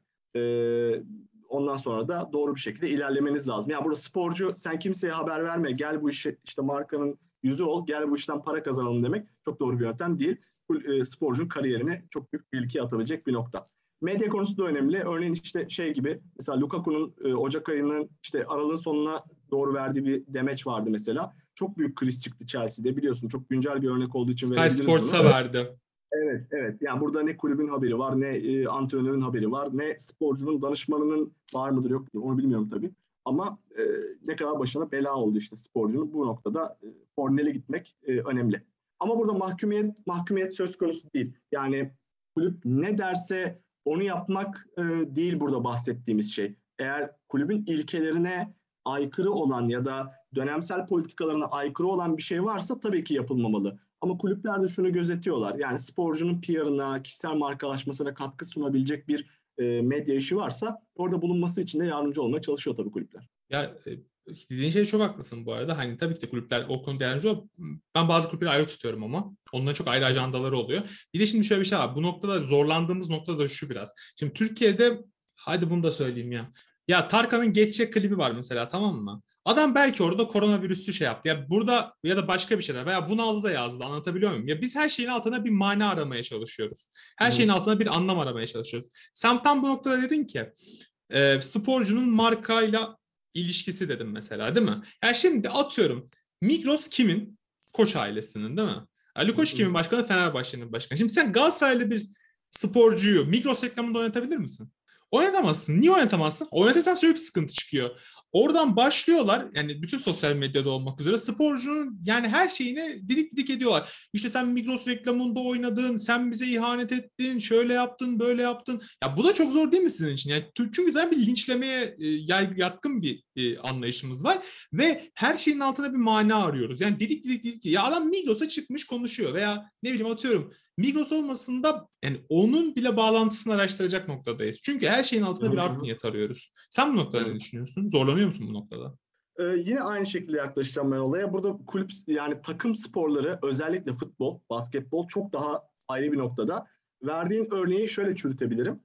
ondan sonra da doğru bir şekilde ilerlemeniz lazım. Yani burada sporcu, sen kimseye haber verme, gel bu işe işte markanın yüzü ol, gel bu işten para kazanalım demek çok doğru bir yöntem değil. Sporcunun kariyerine çok büyük bir ilki atabilecek bir nokta. Medya konusu da önemli. Örneğin işte şey gibi, mesela Lukaku'nun Ocak ayının işte aralığın sonuna doğru verdiği bir demeç vardı mesela. Çok büyük kriz çıktı Chelsea'de, biliyorsun. Çok güncel bir örnek olduğu için Sky Sports'a verdi. Evet. Yani burada ne kulübün haberi var, ne antrenörün haberi var, ne sporcunun danışmanının var mıdır yok mudur onu bilmiyorum tabii. Ama ne kadar başına bela oldu işte sporcunun. Bu noktada kornele gitmek önemli. Ama burada mahkumiyet söz konusu değil. Yani kulüp ne derse onu yapmak değil burada bahsettiğimiz şey. Eğer kulübün ilkelerine aykırı olan ya da dönemsel politikalarına aykırı olan bir şey varsa tabii ki yapılmamalı. Ama kulüpler de şunu gözetiyorlar. Yani sporcunun PR'ına, kişisel markalaşmasına katkı sunabilecek bir medya işi varsa orada bulunması için de yardımcı olmaya çalışıyor tabii kulüpler. Ya dediğin şey çok haklısın bu arada. Hani tabii ki de kulüpler o konuda yardımcı oluyor. Ben bazı kulüpleri ayrı tutuyorum ama. Onların çok ayrı ajandaları oluyor. Bir de şimdi şöyle bir şey var. Bu noktada zorlandığımız nokta da şu biraz. Şimdi Türkiye'de, hadi bunu da söyleyeyim ya. Ya Tarkan'ın Geçecek klibi var mesela, tamam mı? Adam belki orada koronavirüsü şey yaptı. Ya burada ya da başka bir şeyler veya bunaldı da yazdı. Anlatabiliyor muyum? Ya biz her şeyin altına bir mana aramaya çalışıyoruz. Her şeyin altına bir anlam aramaya çalışıyoruz. Sen tam bu noktada dedin ki sporcunun markayla ilişkisi dedim mesela, değil mi? Yani şimdi atıyorum, Migros kimin? Koç ailesinin, değil mi? Ali Koç kimin başkanı? Fenerbahçe'nin başkanı. Şimdi sen Galatasaraylı bir sporcuyu Migros reklamında oynatabilir misin? Oynatamazsın. Niye oynatamazsın? Oynatırsan şöyle bir sıkıntı çıkıyor. Oradan başlıyorlar, yani bütün sosyal medyada olmak üzere sporcunun yani her şeyini didik ediyorlar. İşte sen Migros reklamında oynadın, sen bize ihanet ettin, şöyle yaptın, böyle yaptın. Ya bu da çok zor değil mi sizin için? Yani çünkü zaten bir linçlemeye yatkın bir anlayışımız var ve her şeyin altına bir mana arıyoruz. Yani didik. Ya adam Migros'a çıkmış konuşuyor veya ne bileyim atıyorum, Migros olmasında yani onun bile bağlantısını araştıracak noktadayız. Çünkü her şeyin altında bir art niyet arıyoruz. Sen bu noktada ne düşünüyorsun? Zorlanıyor musun bu noktada? Yine aynı şekilde yaklaşacağım ben olaya. Burada kulüp, yani takım sporları, özellikle futbol, basketbol çok daha ayrı bir noktada. Verdiğin örneği şöyle çürütebilirim.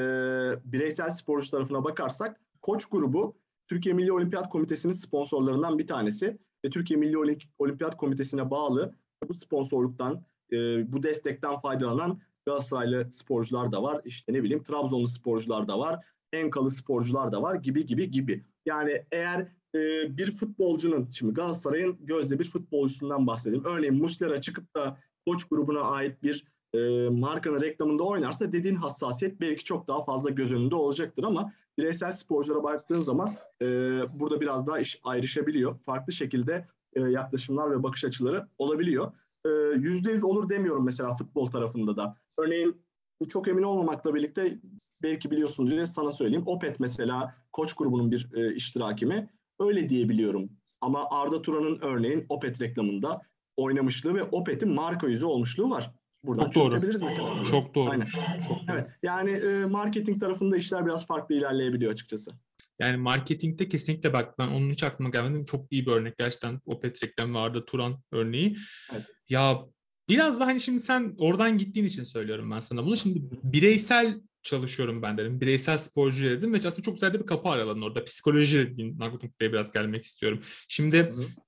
Bireysel sporcu tarafına bakarsak, Koç grubu Türkiye Milli Olimpiyat Komitesi'nin sponsorlarından bir tanesi ve Türkiye Milli Olimpiyat Komitesi'ne bağlı bu sponsorluktan, bu destekten faydalanan Galatasaraylı sporcular da var. İşte ne bileyim Trabzonlu sporcular da var. Enkalı sporcular da var gibi. Yani eğer bir futbolcunun, şimdi Galatasaray'ın gözde bir futbolcusundan bahsedeyim. Örneğin Muslera çıkıp da Koç grubuna ait bir markanın reklamında oynarsa dediğin hassasiyet belki çok daha fazla göz önünde olacaktır ama bireysel sporculara baktığın zaman burada biraz daha iş ayrışabiliyor. Farklı şekilde yaklaşımlar ve bakış açıları olabiliyor. %100 olur demiyorum mesela futbol tarafında da. Örneğin çok emin olmamakla birlikte belki biliyorsun diye sana söyleyeyim. Opet mesela Koç grubunun bir iştiraki mi? Öyle diyebiliyorum. Ama Arda Turan'ın örneğin Opet reklamında oynamışlığı ve Opet'in marka yüzü olmuşluğu var. Buradan Çok doğru. çürütebiliriz mesela. Çok doğru. Aynen. Çok doğru. Evet. Yani marketing tarafında işler biraz farklı ilerleyebiliyor açıkçası. Yani marketingte kesinlikle bak ben onun hiç aklıma gelmedi. Çok iyi bir örnek gerçekten Opet reklam ve Arda Turan örneği. Evet. Ya biraz da hani şimdi sen oradan gittiğin için söylüyorum ben sana bunu. Şimdi bireysel çalışıyorum ben dedim. Bireysel sporcu dedim ve aslında çok güzel de bir kapı araladın orada. Psikoloji dediğin noktaya biraz gelmek istiyorum. Şimdi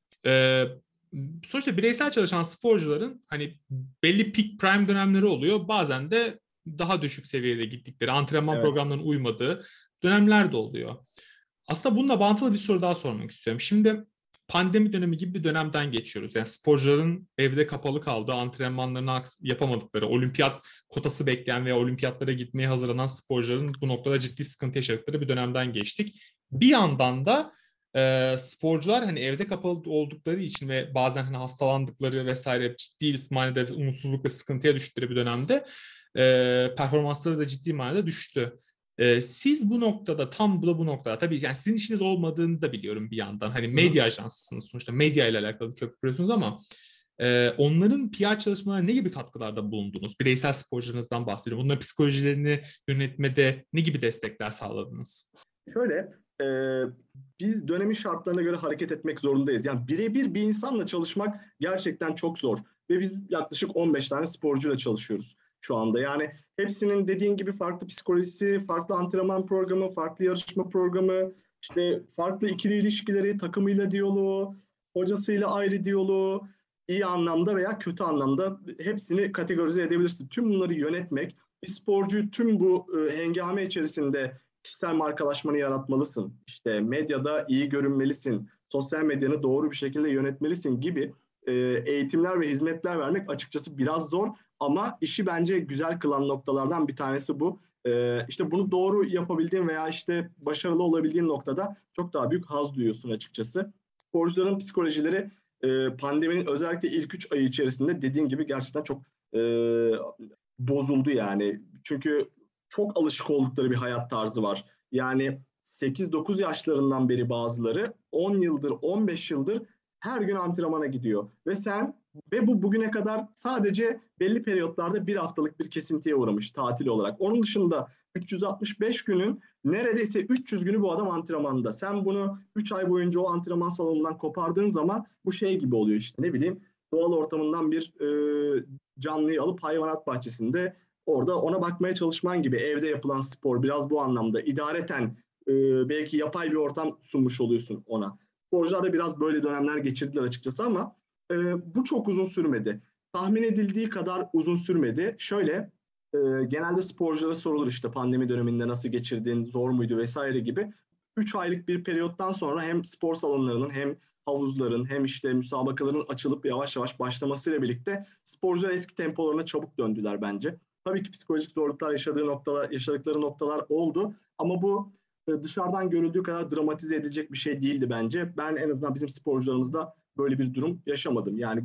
sonuçta bireysel çalışan sporcuların hani belli peak prime dönemleri oluyor. Bazen de daha düşük seviyede gittikleri, antrenman programlarına uymadığı dönemler de oluyor. Aslında bununla bağlantılı bir soru daha sormak istiyorum. Şimdi pandemi dönemi gibi bir dönemden geçiyoruz. Yani sporcuların evde kapalı kaldığı, antrenmanlarını yapamadıkları, olimpiyat kotası bekleyen veya olimpiyatlara gitmeye hazırlanan sporcuların bu noktada ciddi sıkıntı yaşadıkları bir dönemden geçtik. Bir yandan da sporcular hani evde kapalı oldukları için ve bazen hani hastalandıkları vesaire ciddi manada umutsuzluk ve sıkıntıya düştükleri bir dönemde performansları da ciddi manada düştü. Siz bu noktada tam bu noktada tabii yani sizin işiniz olmadığını da biliyorum bir yandan. Hani medya ajansısınız sonuçta medya ile alakalı çok yapıyorsunuz ama onların PR çalışmalarına ne gibi katkılarda bulundunuz? Bireysel sporcularınızdan bahsediyorum. Bunların psikolojilerini yönetmede ne gibi destekler sağladınız? Şöyle, biz dönemin şartlarına göre hareket etmek zorundayız. Yani birebir bir insanla çalışmak gerçekten çok zor. Ve biz yaklaşık 15 tane sporcuyla çalışıyoruz şu anda. Yani hepsinin dediğin gibi farklı psikolojisi, farklı antrenman programı, farklı yarışma programı, işte farklı ikili ilişkileri, takımıyla diyaloğu, hocasıyla ayrı diyaloğu, iyi anlamda veya kötü anlamda hepsini kategorize edebilirsin. Tüm bunları yönetmek, bir sporcuyu tüm bu hengame içerisinde kişisel markalaşmanı yaratmalısın. İşte medyada iyi görünmelisin. Sosyal medyanı doğru bir şekilde yönetmelisin gibi eğitimler ve hizmetler vermek açıkçası biraz zor. Ama işi bence güzel kılan noktalardan bir tanesi bu. İşte bunu doğru yapabildiğin veya işte başarılı olabildiğin noktada çok daha büyük haz duyuyorsun açıkçası. Sporcuların psikolojileri pandeminin özellikle ilk 3 ayı içerisinde dediğin gibi gerçekten çok bozuldu yani. Çünkü çok alışık oldukları bir hayat tarzı var. Yani 8-9 yaşlarından beri bazıları 10 yıldır, 15 yıldır her gün antrenmana gidiyor. Ve bu bugüne kadar sadece belli periyotlarda bir haftalık bir kesintiye uğramış tatil olarak. Onun dışında 365 günün neredeyse 300 günü bu adam antrenmanda. Sen bunu 3 ay boyunca o antrenman salonundan kopardığın zaman bu şey gibi oluyor işte ne bileyim doğal ortamından bir canlıyı alıp hayvanat bahçesinde orada ona bakmaya çalışman gibi. Evde yapılan spor biraz bu anlamda idareten belki yapay bir ortam sunmuş oluyorsun ona. Sporcular da biraz böyle dönemler geçirdiler açıkçası ama bu çok uzun sürmedi. Tahmin edildiği kadar uzun sürmedi. Şöyle genelde sporculara sorulur işte pandemi döneminde nasıl geçirdin, zor muydu vesaire gibi. 3 aylık bir periyottan sonra hem spor salonlarının hem havuzların hem işte müsabakaların açılıp yavaş yavaş başlamasıyla birlikte sporcular eski tempolarına çabuk döndüler bence. Tabii ki psikolojik zorluklar yaşadıkları noktalar oldu ama bu dışarıdan görüldüğü kadar dramatize edilecek bir şey değildi bence. Ben en azından bizim sporcularımızda böyle bir durum yaşamadım. Yani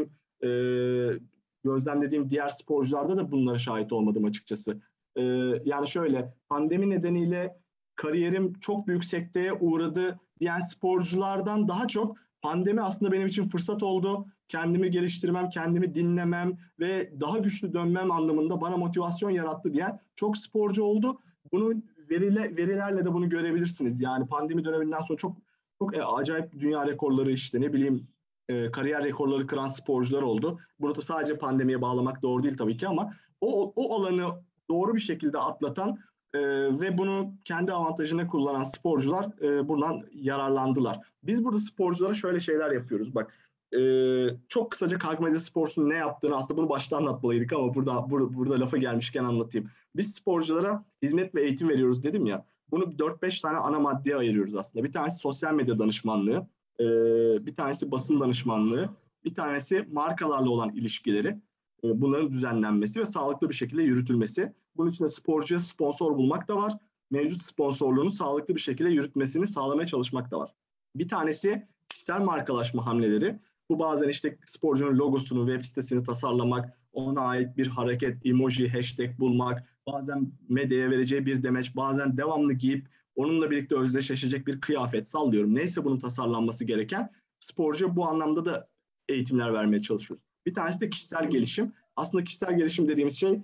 gözlemlediğim diğer sporcularda da bunlara şahit olmadım açıkçası. Yani şöyle pandemi nedeniyle kariyerim çok büyük sekteye uğradı diyen sporculardan daha çok pandemi aslında benim için fırsat oldu. Kendimi geliştirmem, kendimi dinlemem ve daha güçlü dönmem anlamında bana motivasyon yarattı diyen çok sporcu oldu. Bunu verilerle de bunu görebilirsiniz. Yani pandemi döneminden sonra çok acayip dünya rekorları işte ne bileyim kariyer rekorları kıran sporcular oldu. Bunu da sadece pandemiye bağlamak doğru değil tabii ki ama o alanı doğru bir şekilde atlatan ve bunu kendi avantajına kullanan sporcular buradan yararlandılar. Biz burada sporculara şöyle şeyler yapıyoruz. Bak çok kısaca Kalk Medyaspor'un ne yaptığını, aslında bunu başta anlatmalıydık ama burada lafa gelmişken anlatayım. Biz sporculara hizmet ve eğitim veriyoruz dedim ya. Bunu 4-5 tane ana maddeye ayırıyoruz aslında. Bir tanesi sosyal medya danışmanlığı, bir tanesi basın danışmanlığı, bir tanesi markalarla olan ilişkileri, bunların düzenlenmesi ve sağlıklı bir şekilde yürütülmesi. Bunun için de sporcuya sponsor bulmak da var. Mevcut sponsorluğunu sağlıklı bir şekilde yürütmesini sağlamaya çalışmak da var. Bir tanesi kişisel markalaşma hamleleri. Bu bazen işte sporcunun logosunu, web sitesini tasarlamak, ona ait bir hareket, emoji, hashtag bulmak, bazen medyaya vereceği bir demeç, bazen devamlı giyip onunla birlikte özdeşleşecek bir kıyafet, sallıyorum. Neyse bunun tasarlanması gereken, sporcuya bu anlamda da eğitimler vermeye çalışıyoruz. Bir tanesi de kişisel gelişim. Aslında kişisel gelişim dediğimiz şey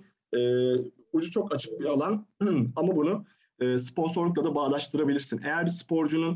ucu çok açık bir alan ama bunu sponsorlukla da bağdaştırabilirsin. Eğer bir sporcunun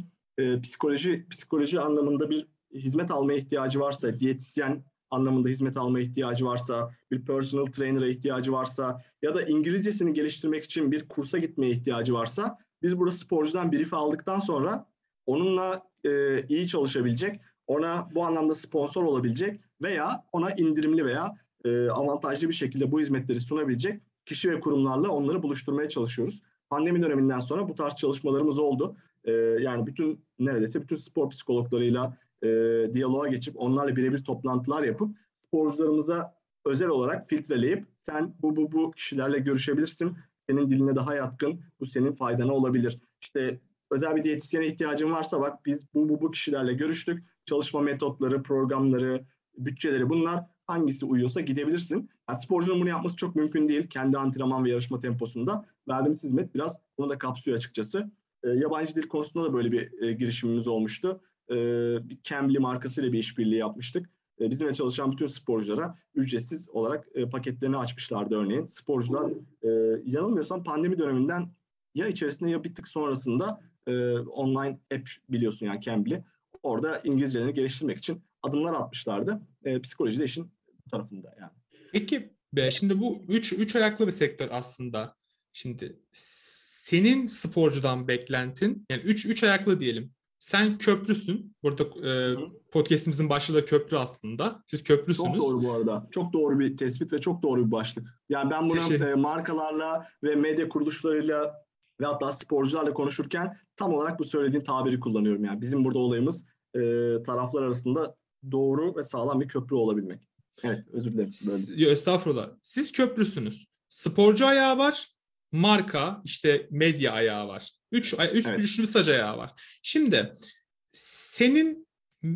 psikoloji anlamında bir hizmet almaya ihtiyacı varsa, diyetisyen anlamında hizmet almaya ihtiyacı varsa, bir personal trainer'a ihtiyacı varsa ya da İngilizcesini geliştirmek için bir kursa gitmeye ihtiyacı varsa, biz burada sporcudan brief aldıktan sonra onunla iyi çalışabilecek, ona bu anlamda sponsor olabilecek veya ona indirimli veya avantajlı bir şekilde bu hizmetleri sunabilecek kişi ve kurumlarla onları buluşturmaya çalışıyoruz. Pandemi döneminden sonra bu tarz çalışmalarımız oldu. Yani neredeyse bütün spor psikologlarıyla diyaloğa geçip onlarla birebir toplantılar yapıp sporcularımıza özel olarak filtreleyip sen bu kişilerle görüşebilirsin. Senin diline daha yatkın, bu senin faydana olabilir. İşte özel bir diyetisyene ihtiyacın varsa bak biz bu kişilerle görüştük. Çalışma metotları, programları, bütçeleri, bunlar hangisi uyuyorsa gidebilirsin. Yani sporcunun bunu yapması çok mümkün değil. Kendi antrenman ve yarışma temposunda verdiğimiz hizmet biraz bunu da kapsıyor açıkçası. Yabancı dil konusunda da böyle bir girişimimiz olmuştu. Cambly markasıyla bir işbirliği yapmıştık. Bizimle çalışan bütün sporculara ücretsiz olarak paketlerini açmışlardı örneğin. Sporcular yanılmıyorsam pandemi döneminden ya içerisinde ya bir tık sonrasında online app biliyorsun yani Cambly. Orada İngilizcelerini geliştirmek için adımlar atmışlardı. Psikoloji de işin bu tarafında yani. Peki şimdi bu üç ayaklı bir sektör aslında. Şimdi senin sporcudan beklentin, yani üç ayaklı diyelim. Sen köprüsün. Burada podcast'imizin başlığı da köprü aslında. Siz köprüsünüz. Çok doğru bu arada. Çok doğru bir tespit ve çok doğru bir başlık. Yani ben bunu markalarla ve medya kuruluşlarıyla ve hatta sporcularla konuşurken tam olarak bu söylediğin tabiri kullanıyorum. Yani bizim burada olayımız taraflar arasında doğru ve sağlam bir köprü olabilmek. Evet, özür dilerim. Böyle. Estağfurullah. Siz köprüsünüz. Sporcu ayağı var, marka, işte medya ayağı var. Üçlü bir sac ayağı var. Şimdi senin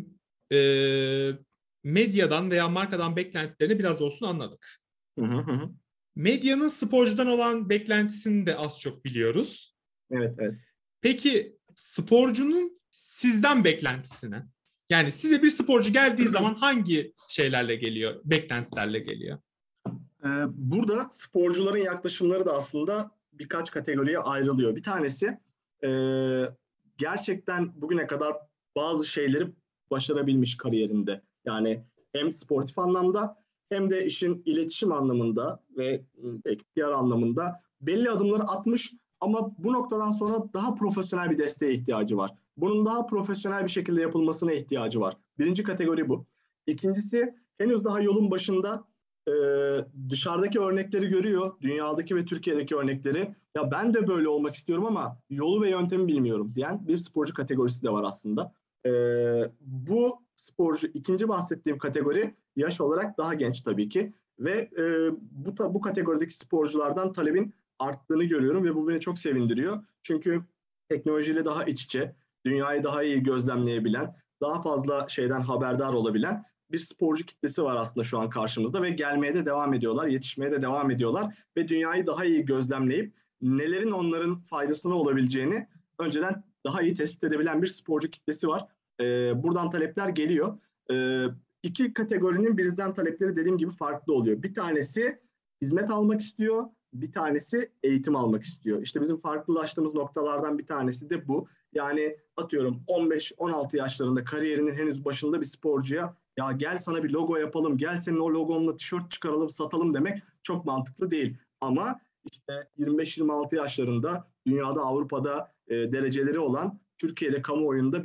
medyadan veya markadan beklentilerini biraz olsun anladık. Hı. Medyanın sporcudan olan beklentisini de az çok biliyoruz. Evet. Peki sporcunun sizden beklentisine? Yani size bir sporcu geldiği zaman hangi şeylerle geliyor, beklentilerle geliyor? Burada sporcuların yaklaşımları da aslında birkaç kategoriye ayrılıyor. Bir tanesi gerçekten bugüne kadar bazı şeyleri başarabilmiş kariyerinde. Yani hem sportif anlamda hem de işin iletişim anlamında ve belki PR anlamında belli adımları atmış ama bu noktadan sonra daha profesyonel bir desteğe ihtiyacı var. Bunun daha profesyonel bir şekilde yapılmasına ihtiyacı var. Birinci kategori bu. İkincisi henüz daha yolun başında dışarıdaki örnekleri görüyor. Dünyadaki ve Türkiye'deki örnekleri. Ya ben de böyle olmak istiyorum ama yolu ve yöntemi bilmiyorum diyen bir sporcu kategorisi de var aslında. Bu sporcu, ikinci bahsettiğim kategori yaş olarak daha genç tabii ki. Ve bu kategorideki sporculardan talebin arttığını görüyorum ve bu beni çok sevindiriyor. Çünkü teknolojiyle daha iç içe, dünyayı daha iyi gözlemleyebilen, daha fazla şeyden haberdar olabilen bir sporcu kitlesi var aslında şu an karşımızda ve gelmeye de devam ediyorlar, yetişmeye de devam ediyorlar ve dünyayı daha iyi gözlemleyip nelerin onların faydasına olabileceğini önceden daha iyi tespit edebilen bir sporcu kitlesi var. Buradan talepler geliyor. İki kategorinin bizden talepleri dediğim gibi farklı oluyor. Bir tanesi hizmet almak istiyor, bir tanesi eğitim almak istiyor. İşte bizim farklılaştığımız noktalardan bir tanesi de bu. Yani atıyorum 15-16 yaşlarında kariyerinin henüz başında bir sporcuya ya gel sana bir logo yapalım, gel senin o logonla tişört çıkaralım, satalım demek çok mantıklı değil. Ama işte 25-26 yaşlarında dünyada, Avrupa'da dereceleri olan, Türkiye'de kamuoyunda bir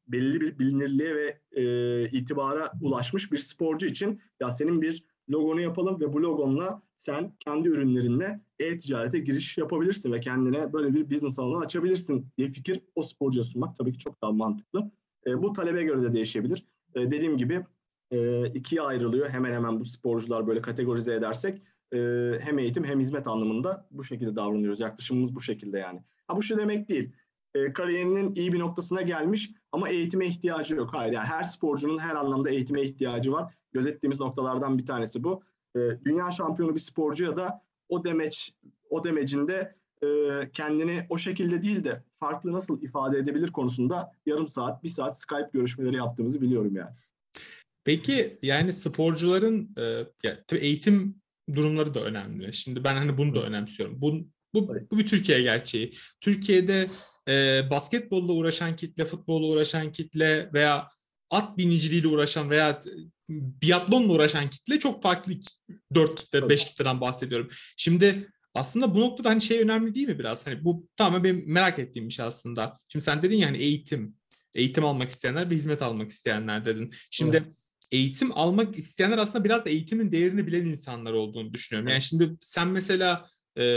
belirli bir bilinirliğe ve itibara ulaşmış bir sporcu için ya senin bir logonu yapalım ve bu logonla sen kendi ürünlerinle e-ticarete giriş yapabilirsin ve kendine böyle bir business alanı açabilirsin diye fikir o sporcuya sunmak tabii ki çok daha mantıklı. Bu talebe göre de değişebilir. Dediğim gibi ikiye ayrılıyor hemen hemen bu sporcular böyle kategorize edersek. Hem eğitim hem hizmet anlamında bu şekilde davranıyoruz. Yaklaşımımız bu şekilde yani. Ha bu şu demek değil. Kariyerinin iyi bir noktasına gelmiş ama eğitime ihtiyacı yok. Hayır yani her sporcunun her anlamda eğitime ihtiyacı var. Gözettiğimiz noktalardan bir tanesi bu. Dünya şampiyonu bir sporcuya da o demecinde kendini o şekilde değil de farklı nasıl ifade edebilir konusunda yarım saat, bir saat Skype görüşmeleri yaptığımızı biliyorum yani. Peki yani sporcuların tabii eğitim durumları da önemli. Şimdi ben hani bunu da önemsiyorum. Bu bir Türkiye gerçeği. Türkiye'de basketbolla uğraşan kitle, futbolla uğraşan kitle veya at biniciliğiyle uğraşan veya biatlonla uğraşan kitle çok farklı 4 kitle, 5 kitleden bahsediyorum. Şimdi aslında bu noktada hani şey önemli değil mi biraz? Hani bu tamamen benim merak ettiğim bir şey aslında. Şimdi sen dedin ya hani eğitim almak isteyenler ve hizmet almak isteyenler dedin. Şimdi eğitim almak isteyenler aslında biraz da eğitimin değerini bilen insanlar olduğunu düşünüyorum. Yani şimdi sen mesela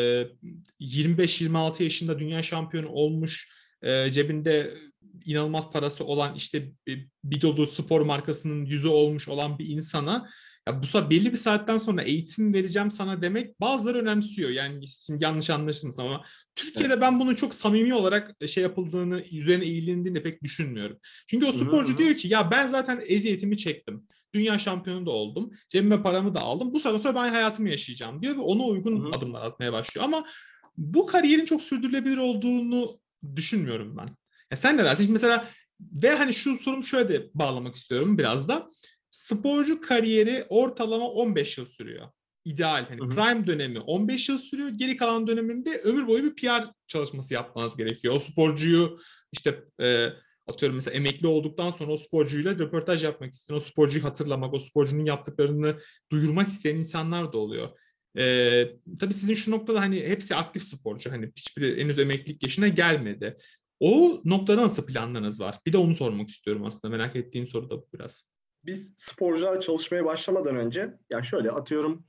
25-26 yaşında dünya şampiyonu olmuş, cebinde inanılmaz parası olan işte bir dolu spor markasının yüzü olmuş olan bir insana ya bu belli bir saatten sonra eğitim vereceğim sana demek bazıları önemsiyor. Yani şimdi yanlış anlaşılmasın ama Türkiye'de ben bunun çok samimi olarak şey yapıldığını, üzerine eğilindiğini pek düşünmüyorum. Çünkü o sporcu diyor ki ya ben zaten eziyetimi çektim. Dünya şampiyonu da oldum. Cebime paramı da aldım. Bu saatten sonra ben hayatımı yaşayacağım diyor ve ona uygun adımlar atmaya başlıyor. Ama bu kariyerin çok sürdürülebilir olduğunu düşünmüyorum ben. Ya sen ne dersin? Şimdi mesela ve hani şu sorumu şöyle de bağlamak istiyorum biraz da. Sporcu kariyeri ortalama 15 yıl sürüyor. İdeal. Hani prime dönemi 15 yıl sürüyor. Geri kalan döneminde ömür boyu bir PR çalışması yapmanız gerekiyor. O sporcuyu işte atıyorum mesela emekli olduktan sonra o sporcuyla röportaj yapmak isteyen, o sporcuyu hatırlamak, o sporcunun yaptıklarını duyurmak isteyen insanlar da oluyor. Tabii sizin şu noktada hani hepsi aktif sporcu. Hani hiçbiri henüz emeklilik yaşına gelmedi. O noktada nasıl planlarınız var? Bir de onu sormak istiyorum aslında. Merak ettiğim soru da bu biraz. Biz sporcularla çalışmaya başlamadan önce ya şöyle atıyorum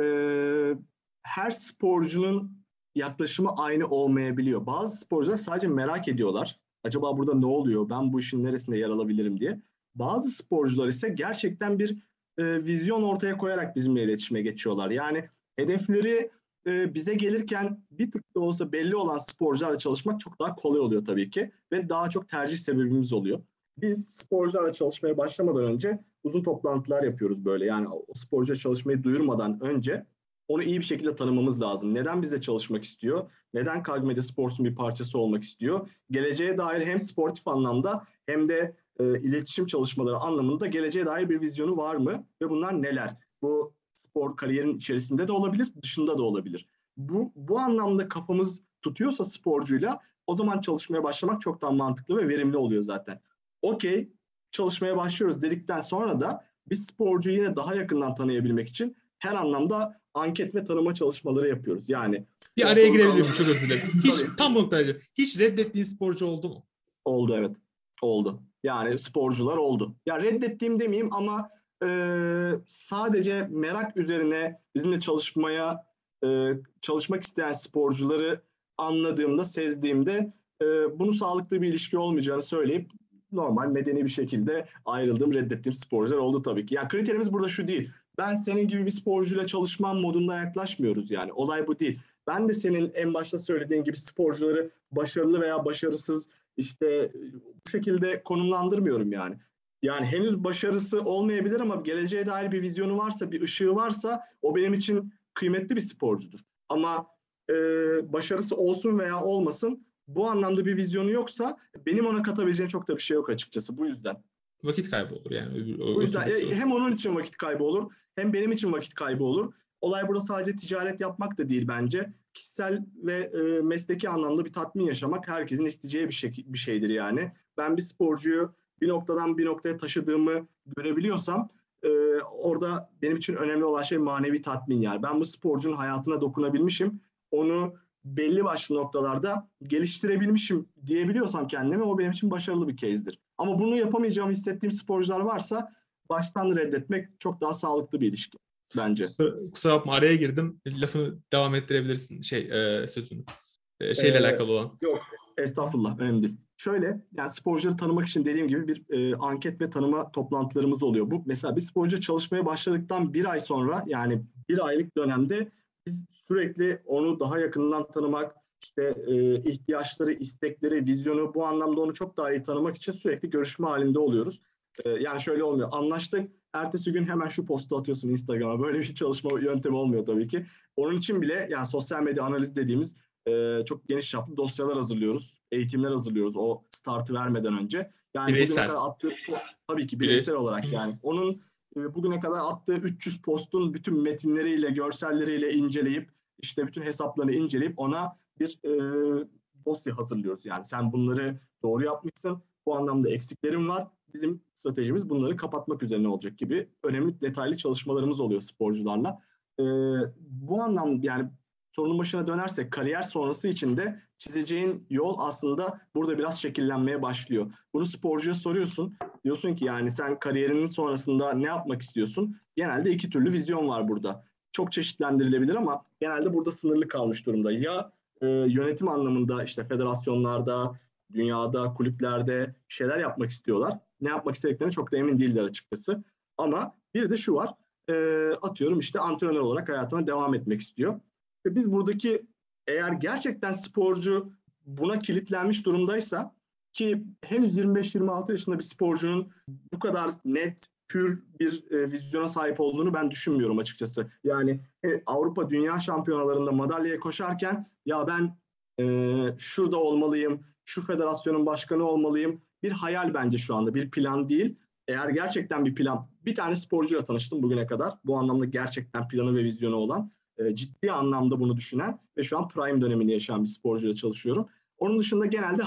her sporcunun yaklaşımı aynı olmayabiliyor. Bazı sporcular sadece merak ediyorlar. Acaba burada ne oluyor? Ben bu işin neresinde yer alabilirim diye. Bazı sporcular ise gerçekten bir vizyon ortaya koyarak bizimle iletişime geçiyorlar. Yani hedefleri bize gelirken bir tık da olsa belli olan sporcularla çalışmak çok daha kolay oluyor tabii ki. Ve daha çok tercih sebebimiz oluyor. Biz sporcularla çalışmaya başlamadan önce uzun toplantılar yapıyoruz böyle. Yani o sporcuya çalışmayı duyurmadan önce onu iyi bir şekilde tanımamız lazım. Neden bizle çalışmak istiyor? Neden Kagmedia Sports'un bir parçası olmak istiyor? Geleceğe dair hem sportif anlamda hem de iletişim çalışmaları anlamında geleceğe dair bir vizyonu var mı? Ve bunlar neler? Bu spor kariyerin içerisinde de olabilir, dışında da olabilir. Bu anlamda kafamız tutuyorsa sporcuyla o zaman çalışmaya başlamak çok daha mantıklı ve verimli oluyor zaten. Okey, çalışmaya başlıyoruz dedikten sonra da biz sporcuyu yine daha yakından tanıyabilmek için her anlamda anket ve tanıma çalışmaları yapıyoruz. Yani bir araya girebilirim, çok özür dilerim. Tam bu noktaya. Hiç reddettiğin sporcu oldu mu? Oldu, evet. Oldu. Yani sporcular oldu. Ya reddettiğim demeyeyim ama sadece merak üzerine bizimle çalışmak isteyen sporcuları anladığımda, sezdiğimde bunu sağlıklı bir ilişki olmayacağını söyleyip normal medeni bir şekilde ayrıldığım, reddettiğim sporcular oldu tabii ki. Yani kriterimiz burada şu değil. Ben senin gibi bir sporcuyla çalışmam modunda yaklaşmıyoruz yani. Olay bu değil. Ben de senin en başta söylediğin gibi sporcuları başarılı veya başarısız işte bu şekilde konumlandırmıyorum yani. Yani henüz başarısı olmayabilir ama geleceğe dair bir vizyonu varsa, bir ışığı varsa o benim için kıymetli bir sporcudur. Ama başarısı olsun veya olmasın bu anlamda bir vizyonu yoksa benim ona katabileceğim çok da bir şey yok açıkçası bu yüzden. Vakit kaybı olur yani. Bu yüzden hem onun için vakit kaybı olur hem benim için vakit kaybı olur. Olay burada sadece ticaret yapmak da değil bence. Kişisel ve mesleki anlamda bir tatmin yaşamak herkesin isteyeceği bir şeydir yani. Ben bir sporcuyu bir noktadan bir noktaya taşıdığımı görebiliyorsam orada benim için önemli olan şey manevi tatmin yani. Ben bu sporcunun hayatına dokunabilmişim. Onu belli başlı noktalarda geliştirebilmişim diyebiliyorsam kendime, o benim için başarılı bir case'dir. Ama bunu yapamayacağımı hissettiğim sporcular varsa baştan reddetmek çok daha sağlıklı bir ilişki bence. Kusura bakma, araya girdim. Lafını devam ettirebilirsin sözünü. Şeyle alakalı olan. Yok, estağfurullah, önemli değil. Şöyle, yani sporcuları tanımak için dediğim gibi bir anket ve tanıma toplantılarımız oluyor. Bu mesela bir sporcu çalışmaya başladıktan bir ay sonra, yani bir aylık dönemde biz sürekli onu daha yakından tanımak, işte ihtiyaçları, istekleri, vizyonu, bu anlamda onu çok daha iyi tanımak için sürekli görüşme halinde oluyoruz. Yani şöyle olmuyor. Anlaştık, ertesi gün hemen şu postu atıyorsun Instagram'a. Böyle bir çalışma yöntemi olmuyor tabii ki. Onun için bile yani sosyal medya analiz dediğimiz çok geniş çaplı dosyalar hazırlıyoruz. Eğitimler hazırlıyoruz o startı vermeden önce. Yani bireysel. bugüne kadar attığı, tabii ki bireysel olarak yani. Onun bugüne kadar attığı 300 postun bütün metinleriyle, görselleriyle inceleyip, işte bütün hesaplarını inceleyip ona bir dosya hazırlıyoruz. Yani sen bunları doğru yapmışsın, bu anlamda eksiklerin var. Bizim stratejimiz bunları kapatmak üzerine olacak gibi önemli detaylı çalışmalarımız oluyor sporcularla. Bu anlamda yani sorunun başına dönersek, kariyer sonrası için de çizeceğin yol aslında burada biraz şekillenmeye başlıyor. Bunu sporcuya soruyorsun. Diyorsun ki yani sen kariyerinin sonrasında ne yapmak istiyorsun? Genelde iki türlü vizyon var burada. Çok çeşitlendirilebilir ama genelde burada sınırlı kalmış durumda. Ya yönetim anlamında işte federasyonlarda, dünyada, kulüplerde şeyler yapmak istiyorlar. Ne yapmak istediklerini çok da emin değiller açıkçası. Ama bir de şu var. Atıyorum işte antrenör olarak hayatına devam etmek istiyor. Ve biz buradaki, eğer gerçekten sporcu buna kilitlenmiş durumdaysa, ki henüz 25-26 yaşında bir sporcunun bu kadar net, pür bir vizyona sahip olduğunu ben düşünmüyorum açıkçası. Yani Avrupa Dünya Şampiyonalarında madalyaya koşarken ya ben şurada olmalıyım, şu federasyonun başkanı olmalıyım. Bir hayal bence şu anda, bir plan değil. Eğer gerçekten bir plan, bir tane sporcuyla tanıştım bugüne kadar. Bu anlamda gerçekten planı ve vizyonu olan, ciddi anlamda bunu düşünen ve şu an prime dönemini yaşayan bir sporcuyla çalışıyorum. Onun dışında genelde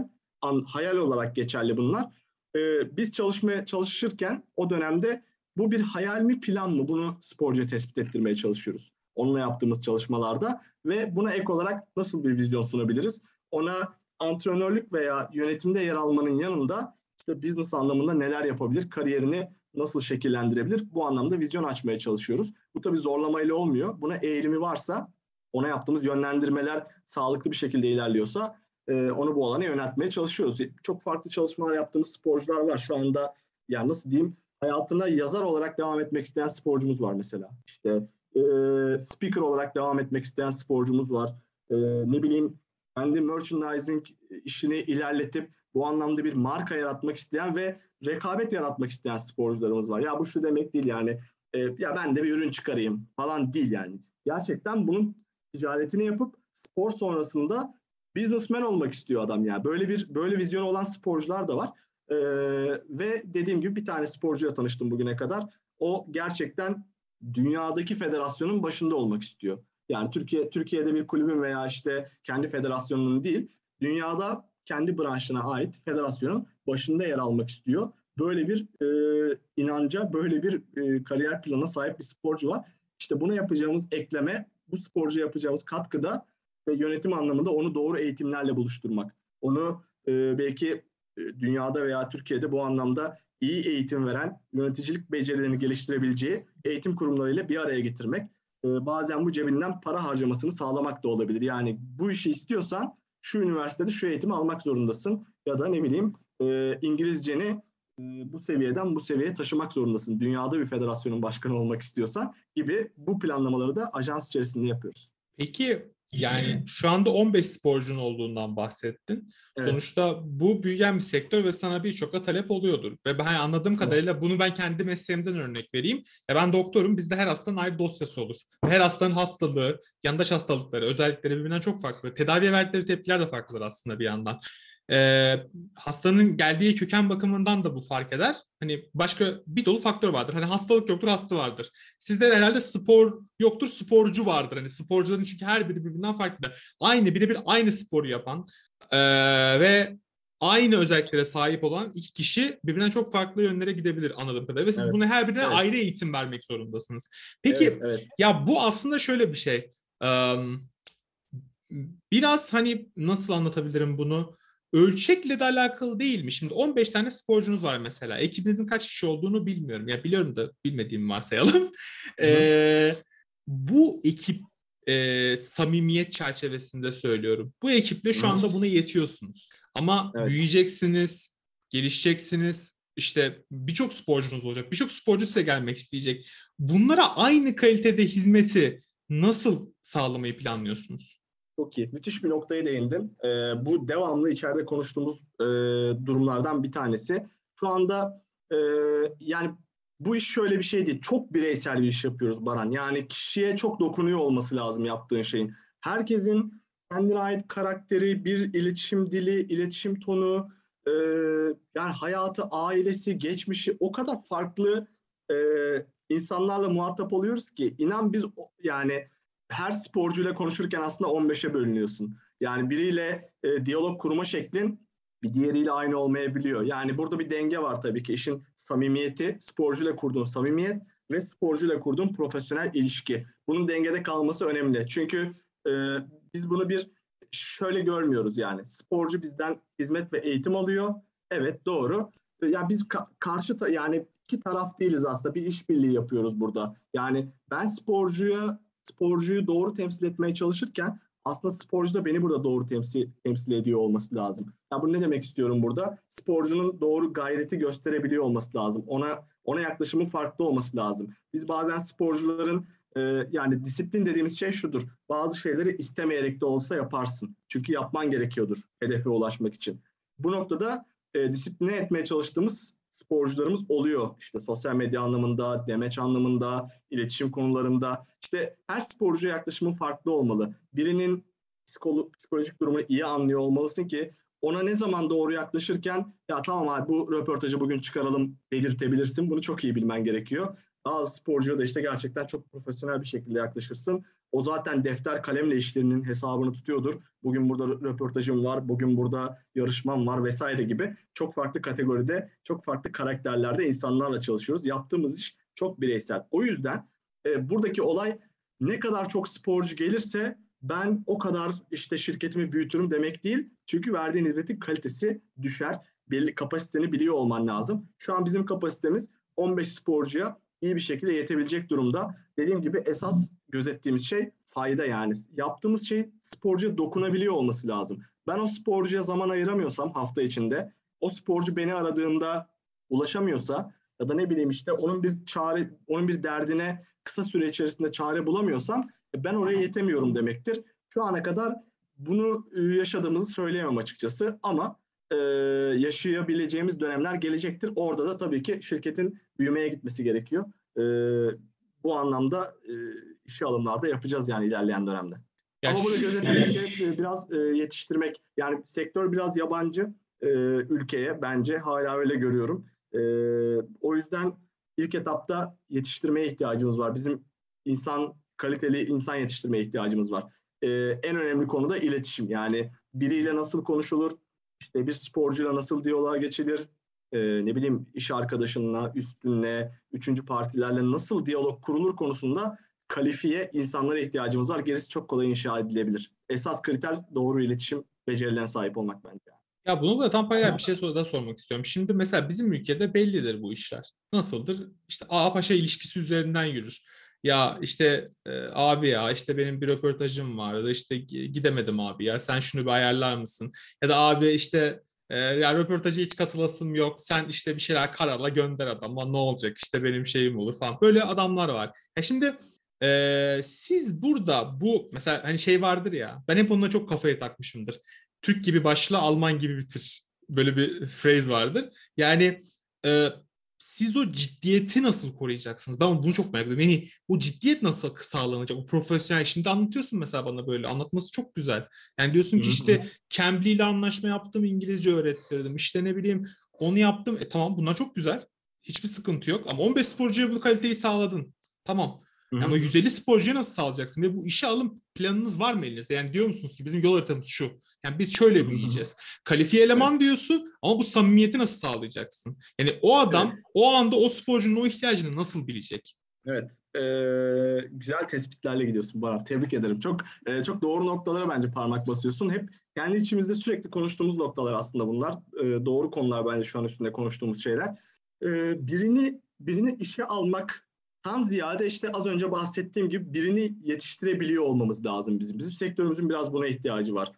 hayal olarak geçerli bunlar. Biz çalışırken o dönemde bu bir hayal mi, plan mı, bunu sporcuya tespit ettirmeye çalışıyoruz. Onunla yaptığımız çalışmalarda ve buna ek olarak nasıl bir vizyon sunabiliriz? Ona antrenörlük veya yönetimde yer almanın yanında işte business anlamında neler yapabilir, kariyerini nasıl şekillendirebilir? Bu anlamda vizyon açmaya çalışıyoruz. Bu tabii zorlamayla olmuyor. Buna eğilimi varsa, ona yaptığımız yönlendirmeler sağlıklı bir şekilde ilerliyorsa onu bu alana yöneltmeye çalışıyoruz. Çok farklı çalışmalar yaptığımız sporcular var. Şu anda yani nasıl diyeyim, hayatına yazar olarak devam etmek isteyen sporcumuz var mesela. İşte speaker olarak devam etmek isteyen sporcumuz var. Ne bileyim, kendi merchandising işini ilerletip bu anlamda bir marka yaratmak isteyen ve rekabet yaratmak isteyen sporcularımız var. Ya bu şu demek değil yani, ya ben de bir ürün çıkarayım falan değil yani. Gerçekten bunun ticaretini yapıp spor sonrasında businessman olmak istiyor adam ya. Böyle vizyonu olan sporcular da var. Ve dediğim gibi bir tane sporcuyla tanıştım bugüne kadar. O gerçekten dünyadaki federasyonun başında olmak istiyor. Yani Türkiye'de bir kulübün veya işte kendi federasyonunun değil, dünyada kendi branşına ait federasyonun başında yer almak istiyor. Böyle bir inanca, böyle bir kariyer planına sahip bir sporcu var. İşte buna yapacağımız ekleme, bu sporcuya yapacağımız katkıda yönetim anlamında onu doğru eğitimlerle buluşturmak. Onu belki dünyada veya Türkiye'de bu anlamda iyi eğitim veren, yöneticilik becerilerini geliştirebileceği eğitim kurumlarıyla bir araya getirmek. Bazen bu cebinden para harcamasını sağlamak da olabilir. Yani bu işi istiyorsan şu üniversitede şu eğitimi almak zorundasın. Ya da ne bileyim İngilizceni bu seviyeden bu seviyeye taşımak zorundasın. Dünyada bir federasyonun başkanı olmak istiyorsan gibi, bu planlamaları da ajans içerisinde yapıyoruz. Peki yani şu anda 15 sporcun olduğundan bahsettin. Evet. Sonuçta bu büyüyen bir sektör ve sana birçok da talep oluyordur. Ve ben anladığım kadarıyla bunu ben kendi mesleğimden örnek vereyim. Ben doktorum. Bizde her hastanın ayrı dosyası olur. Her hastanın hastalığı, yandaş hastalıkları, özellikleri birbirinden çok farklı. Tedaviye verdikleri tepkiler de farklıdır aslında bir yandan. Hastanın geldiği köken bakımından da bu fark eder. Hani başka bir dolu faktör vardır. Hani hastalık yoktur, hasta vardır. Sizde herhalde spor yoktur, sporcu vardır. Hani sporcuların çünkü her biri birbirinden farklı. Birebir aynı sporu yapan ve aynı özelliklere sahip olan iki kişi birbirinden çok farklı yönlere gidebilir anladığım kadarıyla. Ve siz bunu her birine ayrı eğitim vermek zorundasınız. Peki ya bu aslında şöyle bir şey. biraz hani nasıl anlatabilirim bunu? Ölçekle de alakalı değil mi? Şimdi 15 tane sporcunuz var mesela. Ekibinizin kaç kişi olduğunu bilmiyorum. Ya biliyorum da bilmediğimi varsayalım. Bu ekip samimiyet çerçevesinde söylüyorum. Bu ekiple şu anda buna yetiyorsunuz. Ama Evet. büyüyeceksiniz, gelişeceksiniz. İşte birçok sporcunuz olacak. Birçok sporcu size gelmek isteyecek. Bunlara aynı kalitede hizmeti nasıl sağlamayı planlıyorsunuz? Çok iyi. Müthiş bir noktaya değindin. Bu devamlı içeride konuştuğumuz durumlardan bir tanesi. Şu anda yani bu iş şöyle bir şey değil. Çok bireysel bir iş yapıyoruz Baran. Yani kişiye çok dokunuyor olması lazım yaptığın şeyin. Herkesin kendine ait karakteri, bir iletişim dili, iletişim tonu, yani hayatı, ailesi, geçmişi o kadar farklı insanlarla muhatap oluyoruz ki inan biz yani her sporcuyla konuşurken aslında 15'e bölünüyorsun. Yani biriyle diyalog kurma şeklin bir diğeriyle aynı olmayabiliyor. Yani burada bir denge var tabii ki. İşin samimiyeti, sporcuyla kurduğun samimiyet ve sporcuyla kurduğun profesyonel ilişki. Bunun dengede kalması önemli. Çünkü biz bunu bir şöyle görmüyoruz yani. Sporcu bizden hizmet ve eğitim alıyor. Evet, doğru. Yani biz yani iki taraf değiliz aslında. Bir işbirliği yapıyoruz burada. Yani ben sporcuyu doğru temsil etmeye çalışırken aslında sporcu da beni burada doğru temsil ediyor olması lazım. Ya bu ne demek istiyorum burada? Sporcunun doğru gayreti gösterebiliyor olması lazım. Ona yaklaşımın farklı olması lazım. Biz bazen sporcuların yani disiplin dediğimiz şey şudur. Bazı şeyleri istemeyerek de olsa yaparsın. Çünkü yapman gerekiyordur hedefe ulaşmak için. Bu noktada disipline etmeye çalıştığımız sporcularımız oluyor. İşte sosyal medya anlamında, demeç anlamında, iletişim konularında. İşte her sporcuya yaklaşımın farklı olmalı. Birinin psikolojik durumunu iyi anlıyor olmalısın ki ona ne zaman doğru yaklaşırken ya tamam abi bu röportajı bugün çıkaralım dedirtebilirsin. Bunu çok iyi bilmen gerekiyor. Bazı sporcuya da işte gerçekten çok profesyonel bir şekilde yaklaşırsın. O zaten defter kalemle işlerinin hesabını tutuyordur. Bugün burada röportajım var, bugün burada yarışmam var vesaire gibi çok farklı kategoride, çok farklı karakterlerde insanlarla çalışıyoruz. Yaptığımız iş çok bireysel. O yüzden buradaki olay ne kadar çok sporcu gelirse ben o kadar işte şirketimi büyütürüm demek değil. Çünkü verdiğin hizmetin kalitesi düşer. Belli kapasiteni biliyor olman lazım. Şu an bizim kapasitemiz 15 sporcuya iyi bir şekilde yetebilecek durumda. Dediğim gibi esas gözettiğimiz şey fayda yani. Yaptığımız şey sporcuya dokunabiliyor olması lazım. Ben o sporcuya zaman ayıramıyorsam hafta içinde, o sporcu beni aradığında ulaşamıyorsa ya da ne bileyim işte onun bir derdine kısa süre içerisinde çare bulamıyorsam ben oraya yetemiyorum demektir. Şu ana kadar bunu yaşadığımızı söyleyemem açıkçası ama yaşayabileceğimiz dönemler gelecektir. Orada da tabii ki şirketin büyümeye gitmesi gerekiyor. Bu anlamda işe alımlarda yapacağız yani ilerleyen dönemde. Yani ama bunu gözetmek biraz yetiştirmek. Yani sektör biraz yabancı ülkeye bence hala öyle görüyorum. O yüzden ilk etapta yetiştirmeye ihtiyacımız var. Bizim kaliteli insan yetiştirmeye ihtiyacımız var. En önemli konu da iletişim. Yani biriyle nasıl konuşulur, işte bir sporcuyla nasıl diyaloğa geçilir, ne bileyim iş arkadaşınla, üstünle, üçüncü partilerle nasıl diyalog kurulur konusunda kalifiye insanlara ihtiyacımız var. Gerisi çok kolay inşa edilebilir. Esas kriter doğru iletişim becerilerine sahip olmak bence. Ya bunu da tam bir şey daha sormak istiyorum. Şimdi mesela bizim ülkede bellidir bu işler. Nasıldır? İşte ağa paşa ilişkisi üzerinden yürür. Ya işte abi ya işte benim bir röportajım vardı işte gidemedim abi ya sen şunu bir ayarlar mısın? Ya da abi işte ya röportaja hiç katılasım yok sen işte bir şeyler karala gönder adama ne olacak işte benim şeyim olur falan. Böyle adamlar var. Ya şimdi siz burada bu mesela hani şey vardır ya ben hep onunla çok kafaya takmışımdır. Türk gibi başla Alman gibi bitir. Böyle bir phrase vardır. Yani siz o ciddiyeti nasıl koruyacaksınız? Ben bunu çok merak ediyorum. Yani o ciddiyet nasıl sağlanacak? O profesyonel. Şimdi anlatıyorsun mesela bana böyle. Anlatması çok güzel. Yani diyorsun ki işte Cambly ile anlaşma yaptım, İngilizce öğrettirdim. İşte ne bileyim onu yaptım. Tamam bunlar çok güzel. Hiçbir sıkıntı yok. Ama 15 sporcuya bu kaliteyi sağladın. Tamam. Ama 150 sporcuya nasıl sağlayacaksın? Ve bu işe alım planınız var mı elinizde? Yani diyor musunuz ki bizim yol haritamız şu. Yani biz şöyle büyüyeceğiz. Kalifiye eleman diyorsun ama bu samimiyeti nasıl sağlayacaksın? Yani o adam o anda o sporcunun o ihtiyacını nasıl bilecek? Evet. güzel tespitlerle gidiyorsun Baran. Tebrik ederim. Çok doğru noktalara bence parmak basıyorsun. Hep kendi içimizde sürekli konuştuğumuz noktalar aslında bunlar. Doğru konular bence şu an üstünde konuştuğumuz şeyler. Birini işe almaktan ziyade işte az önce bahsettiğim gibi birini yetiştirebiliyor olmamız lazım bizim. Bizim sektörümüzün biraz buna ihtiyacı var.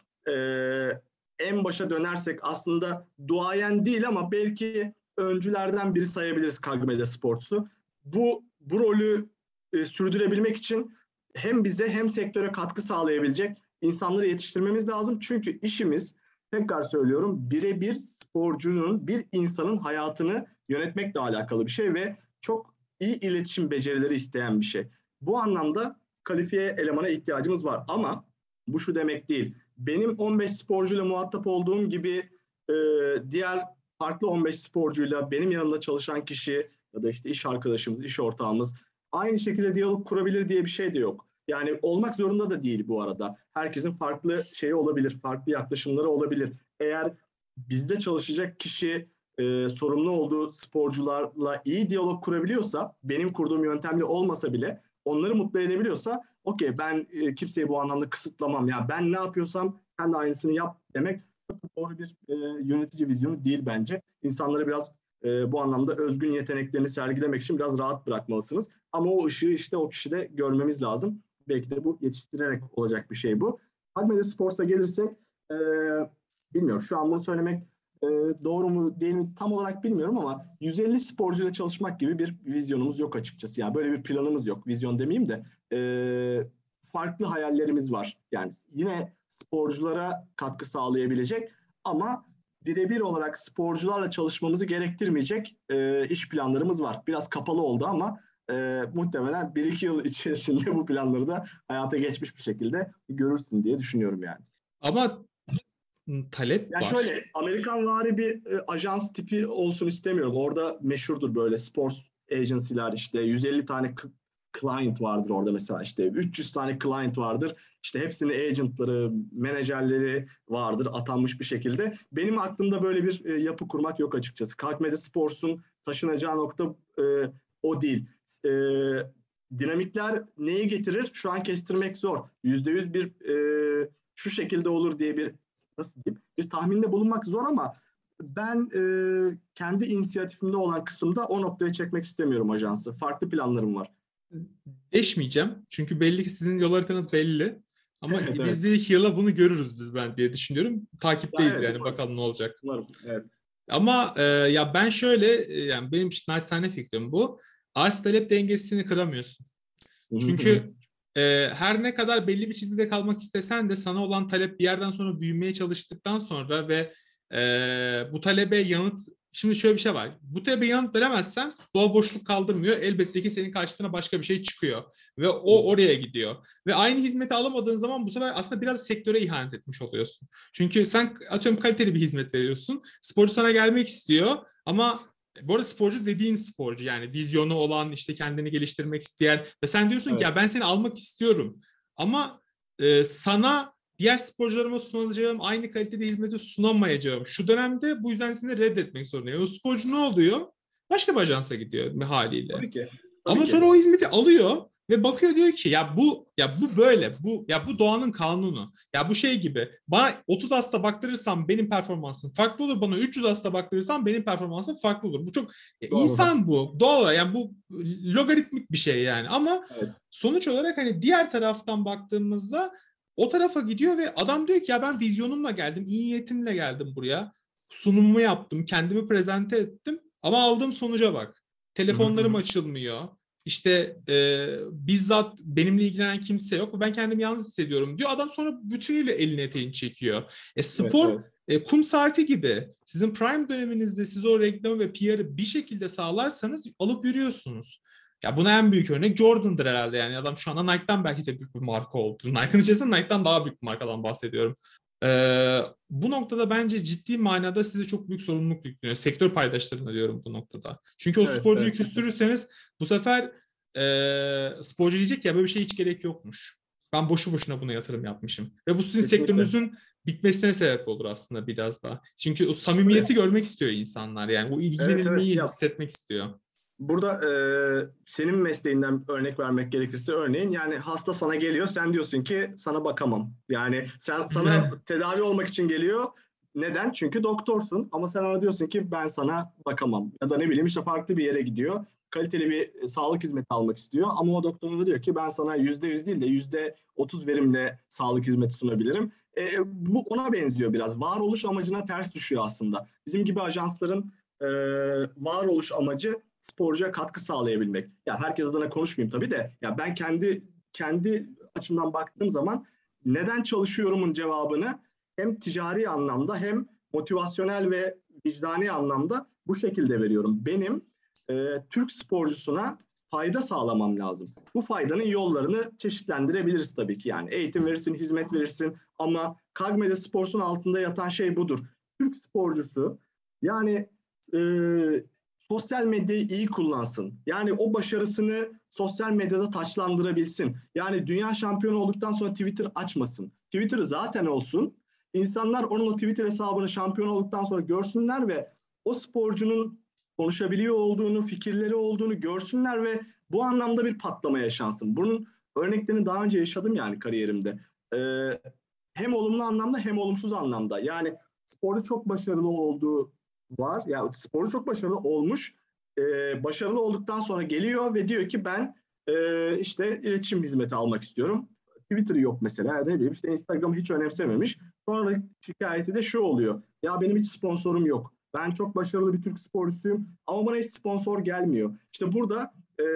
En başa dönersek aslında duayen değil ama belki öncülerden biri sayabiliriz Kagmede Sports'u. Bu rolü sürdürebilmek için hem bize hem sektöre katkı sağlayabilecek insanları yetiştirmemiz lazım. Çünkü işimiz, tekrar söylüyorum, birebir sporcunun, bir insanın hayatını yönetmekle alakalı bir şey ve çok iyi iletişim becerileri isteyen bir şey. Bu anlamda kalifiye elemana ihtiyacımız var ama bu şu demek değil. Benim 15 sporcuyla muhatap olduğum gibi diğer farklı 15 sporcuyla benim yanımda çalışan kişi ya da işte iş arkadaşımız, iş ortağımız aynı şekilde diyalog kurabilir diye bir şey de yok. Yani olmak zorunda da değil bu arada. Herkesin farklı şeyi olabilir, farklı yaklaşımları olabilir. Eğer bizde çalışacak kişi sorumlu olduğu sporcularla iyi diyalog kurabiliyorsa, benim kurduğum yöntemle olmasa bile onları mutlu edebiliyorsa, okey, ben kimseyi bu anlamda kısıtlamam. Ya ben ne yapıyorsam sen de aynısını yap demek doğru bir yönetici vizyonu değil bence. İnsanları biraz bu anlamda özgün yeteneklerini sergilemek için biraz rahat bırakmalısınız. Ama o ışığı işte o kişide görmemiz lazım. Belki de bu yetiştirerek olacak bir şey bu. Kagmede Sports'a gelirsek bilmiyorum şu an bunu söylemek doğru mu değil mi tam olarak bilmiyorum ama 150 sporcuyla çalışmak gibi bir vizyonumuz yok açıkçası. Yani böyle bir planımız yok. Vizyon demeyeyim de farklı hayallerimiz var. Yani yine sporculara katkı sağlayabilecek ama birebir olarak sporcularla çalışmamızı gerektirmeyecek iş planlarımız var. Biraz kapalı oldu ama muhtemelen 1-2 yıl içerisinde bu planları da hayata geçmiş bir şekilde görürsün diye düşünüyorum yani. Ama talep ya var. şöyle Amerikanvari bir ajans tipi olsun istemiyorum. Orada meşhurdur böyle sports agency'ler, işte 150 tane client vardır orada mesela, işte 300 tane client vardır. İşte hepsinin agentları, menajerleri vardır atanmış bir şekilde. Benim aklımda böyle bir yapı kurmak yok açıkçası. Kagmede Sports'un taşınacağı nokta o değil. Dinamikler neyi getirir? Şu an kestirmek zor. %100 bir şu şekilde olur diye bir bir tahminde bulunmak zor ama ben kendi inisiyatifimde olan kısımda o noktaya çekmek istemiyorum ajansı. Farklı planlarım var. Değişmeyeceğim. Çünkü belli ki sizin yol haritanız belli. Ama Evet, biz 1-2 yıla bunu görürüz ben diye düşünüyorum. Takipteyiz evet, yani umarım. Bakalım ne olacak. Umarım, evet. Ama ya ben şöyle yani benim naçizane fikrim bu. Arz talep dengesini kıramıyorsun. Çünkü her ne kadar belli bir çizgide kalmak istesen de sana olan talep bir yerden sonra büyümeye çalıştıktan sonra ve bu talebe yanıt... Şimdi şöyle bir şey var. Bu talebe yanıt veremezsen doğa boşluk kaldırmıyor. Elbette ki senin karşına başka bir şey çıkıyor. Ve o oraya gidiyor. Ve aynı hizmeti alamadığın zaman bu sefer aslında biraz sektöre ihanet etmiş oluyorsun. Çünkü sen atıyorum kaliteli bir hizmet veriyorsun. Sporcu sana gelmek istiyor ama bu arada sporcu dediğin sporcu, yani vizyonu olan, işte kendini geliştirmek isteyen ve sen diyorsun ki ya ben seni almak istiyorum ama sana diğer sporcularıma sunacağım aynı kalitede hizmeti sunamayacağım. Şu dönemde bu yüzden seni reddetmek zorundayım. O sporcu ne oluyor? Başka bir ajansa gidiyor haliyle. Tabii ki. Ama sonra o hizmeti alıyor ve bakıyor, diyor ki ya bu böyle, bu doğanın kanunu. Ya bu şey gibi, bana 30 hasta baktırırsam benim performansım farklı olur, bana 300 hasta baktırırsam benim performansım farklı olur. Bu çok insan, bu doğal, yani bu logaritmik bir şey yani. Ama sonuç olarak hani diğer taraftan baktığımızda o tarafa gidiyor ve adam diyor ki ya ben vizyonumla geldim, iyi niyetimle geldim buraya. Sunumumu yaptım, kendimi prezente ettim ama aldığım sonuca bak. Telefonlarım açılmıyor. İşte bizzat benimle ilgilenen kimse yok. Ben kendimi yalnız hissediyorum diyor. Adam sonra bütünüyle elini eteğini çekiyor. Spor kum saati gibi. Sizin prime döneminizde siz o reklamı ve PR'ı bir şekilde sağlarsanız alıp yürüyorsunuz. Ya buna en büyük örnek Jordan'dır herhalde yani. Adam şu anda Nike'dan belki de büyük bir marka oldu. Nike'ın içerisinde Nike'dan daha büyük bir markadan bahsediyorum. Bu noktada bence ciddi manada size çok büyük sorumluluk yükleniyor. Sektör paydaşlarına diyorum bu noktada. Çünkü o sporcuyu küstürürseniz bu sefer sporcu diyecek ya böyle bir şey hiç gerek yokmuş. Ben boşu boşuna buna yatırım yapmışım. Ve bu sizin sektörünüzün bitmesine sebep olur aslında biraz daha. Çünkü o samimiyeti görmek istiyor insanlar. Yani o ilgilenilmeyi hissetmek istiyor. burada senin mesleğinden örnek vermek gerekirse örneğin yani hasta sana geliyor, sen diyorsun ki sana bakamam. Yani sana tedavi olmak için geliyor. Neden? Çünkü doktorsun ama sen ona diyorsun ki ben sana bakamam. Ya da ne bileyim işte farklı bir yere gidiyor. Kaliteli bir sağlık hizmeti almak istiyor ama o doktor da diyor ki ben sana %100 değil de %30 verimle sağlık hizmeti sunabilirim. Bu ona benziyor biraz. Varoluş amacına ters düşüyor aslında. Bizim gibi ajansların varoluş amacı sporcuya katkı sağlayabilmek. Ya herkes adına konuşmayayım tabii de ya ben kendi açımdan baktığım zaman neden çalışıyorumun cevabını hem ticari anlamda hem motivasyonel ve vicdani anlamda bu şekilde veriyorum. Benim Türk sporcusuna fayda sağlamam lazım. Bu faydanın yollarını çeşitlendirebiliriz tabii ki. Yani eğitim verirsin, hizmet verirsin ama Kagmede Sports'un altında yatan şey budur. Türk sporcusu yani sosyal medyayı iyi kullansın. Yani o başarısını sosyal medyada taçlandırabilsin. Yani dünya şampiyonu olduktan sonra Twitter açmasın. Twitter'ı zaten olsun. İnsanlar onun o Twitter hesabını şampiyon olduktan sonra görsünler ve o sporcunun konuşabiliyor olduğunu, fikirleri olduğunu görsünler ve bu anlamda bir patlama yaşansın. Bunun örneklerini daha önce yaşadım yani kariyerimde. Hem olumlu anlamda hem olumsuz anlamda. Yani sporcu çok başarılı olduğu var. Yani sporcu çok başarılı olmuş. Başarılı olduktan sonra geliyor ve diyor ki ben işte iletişim hizmeti almak istiyorum. Twitter'ı yok mesela. Ne bileyim işte Instagram'ı hiç önemsememiş. Sonra şikayeti de şu oluyor. Ya benim hiç sponsorum yok. Ben çok başarılı bir Türk sporcusuyum ama bana hiç sponsor gelmiyor. İşte burada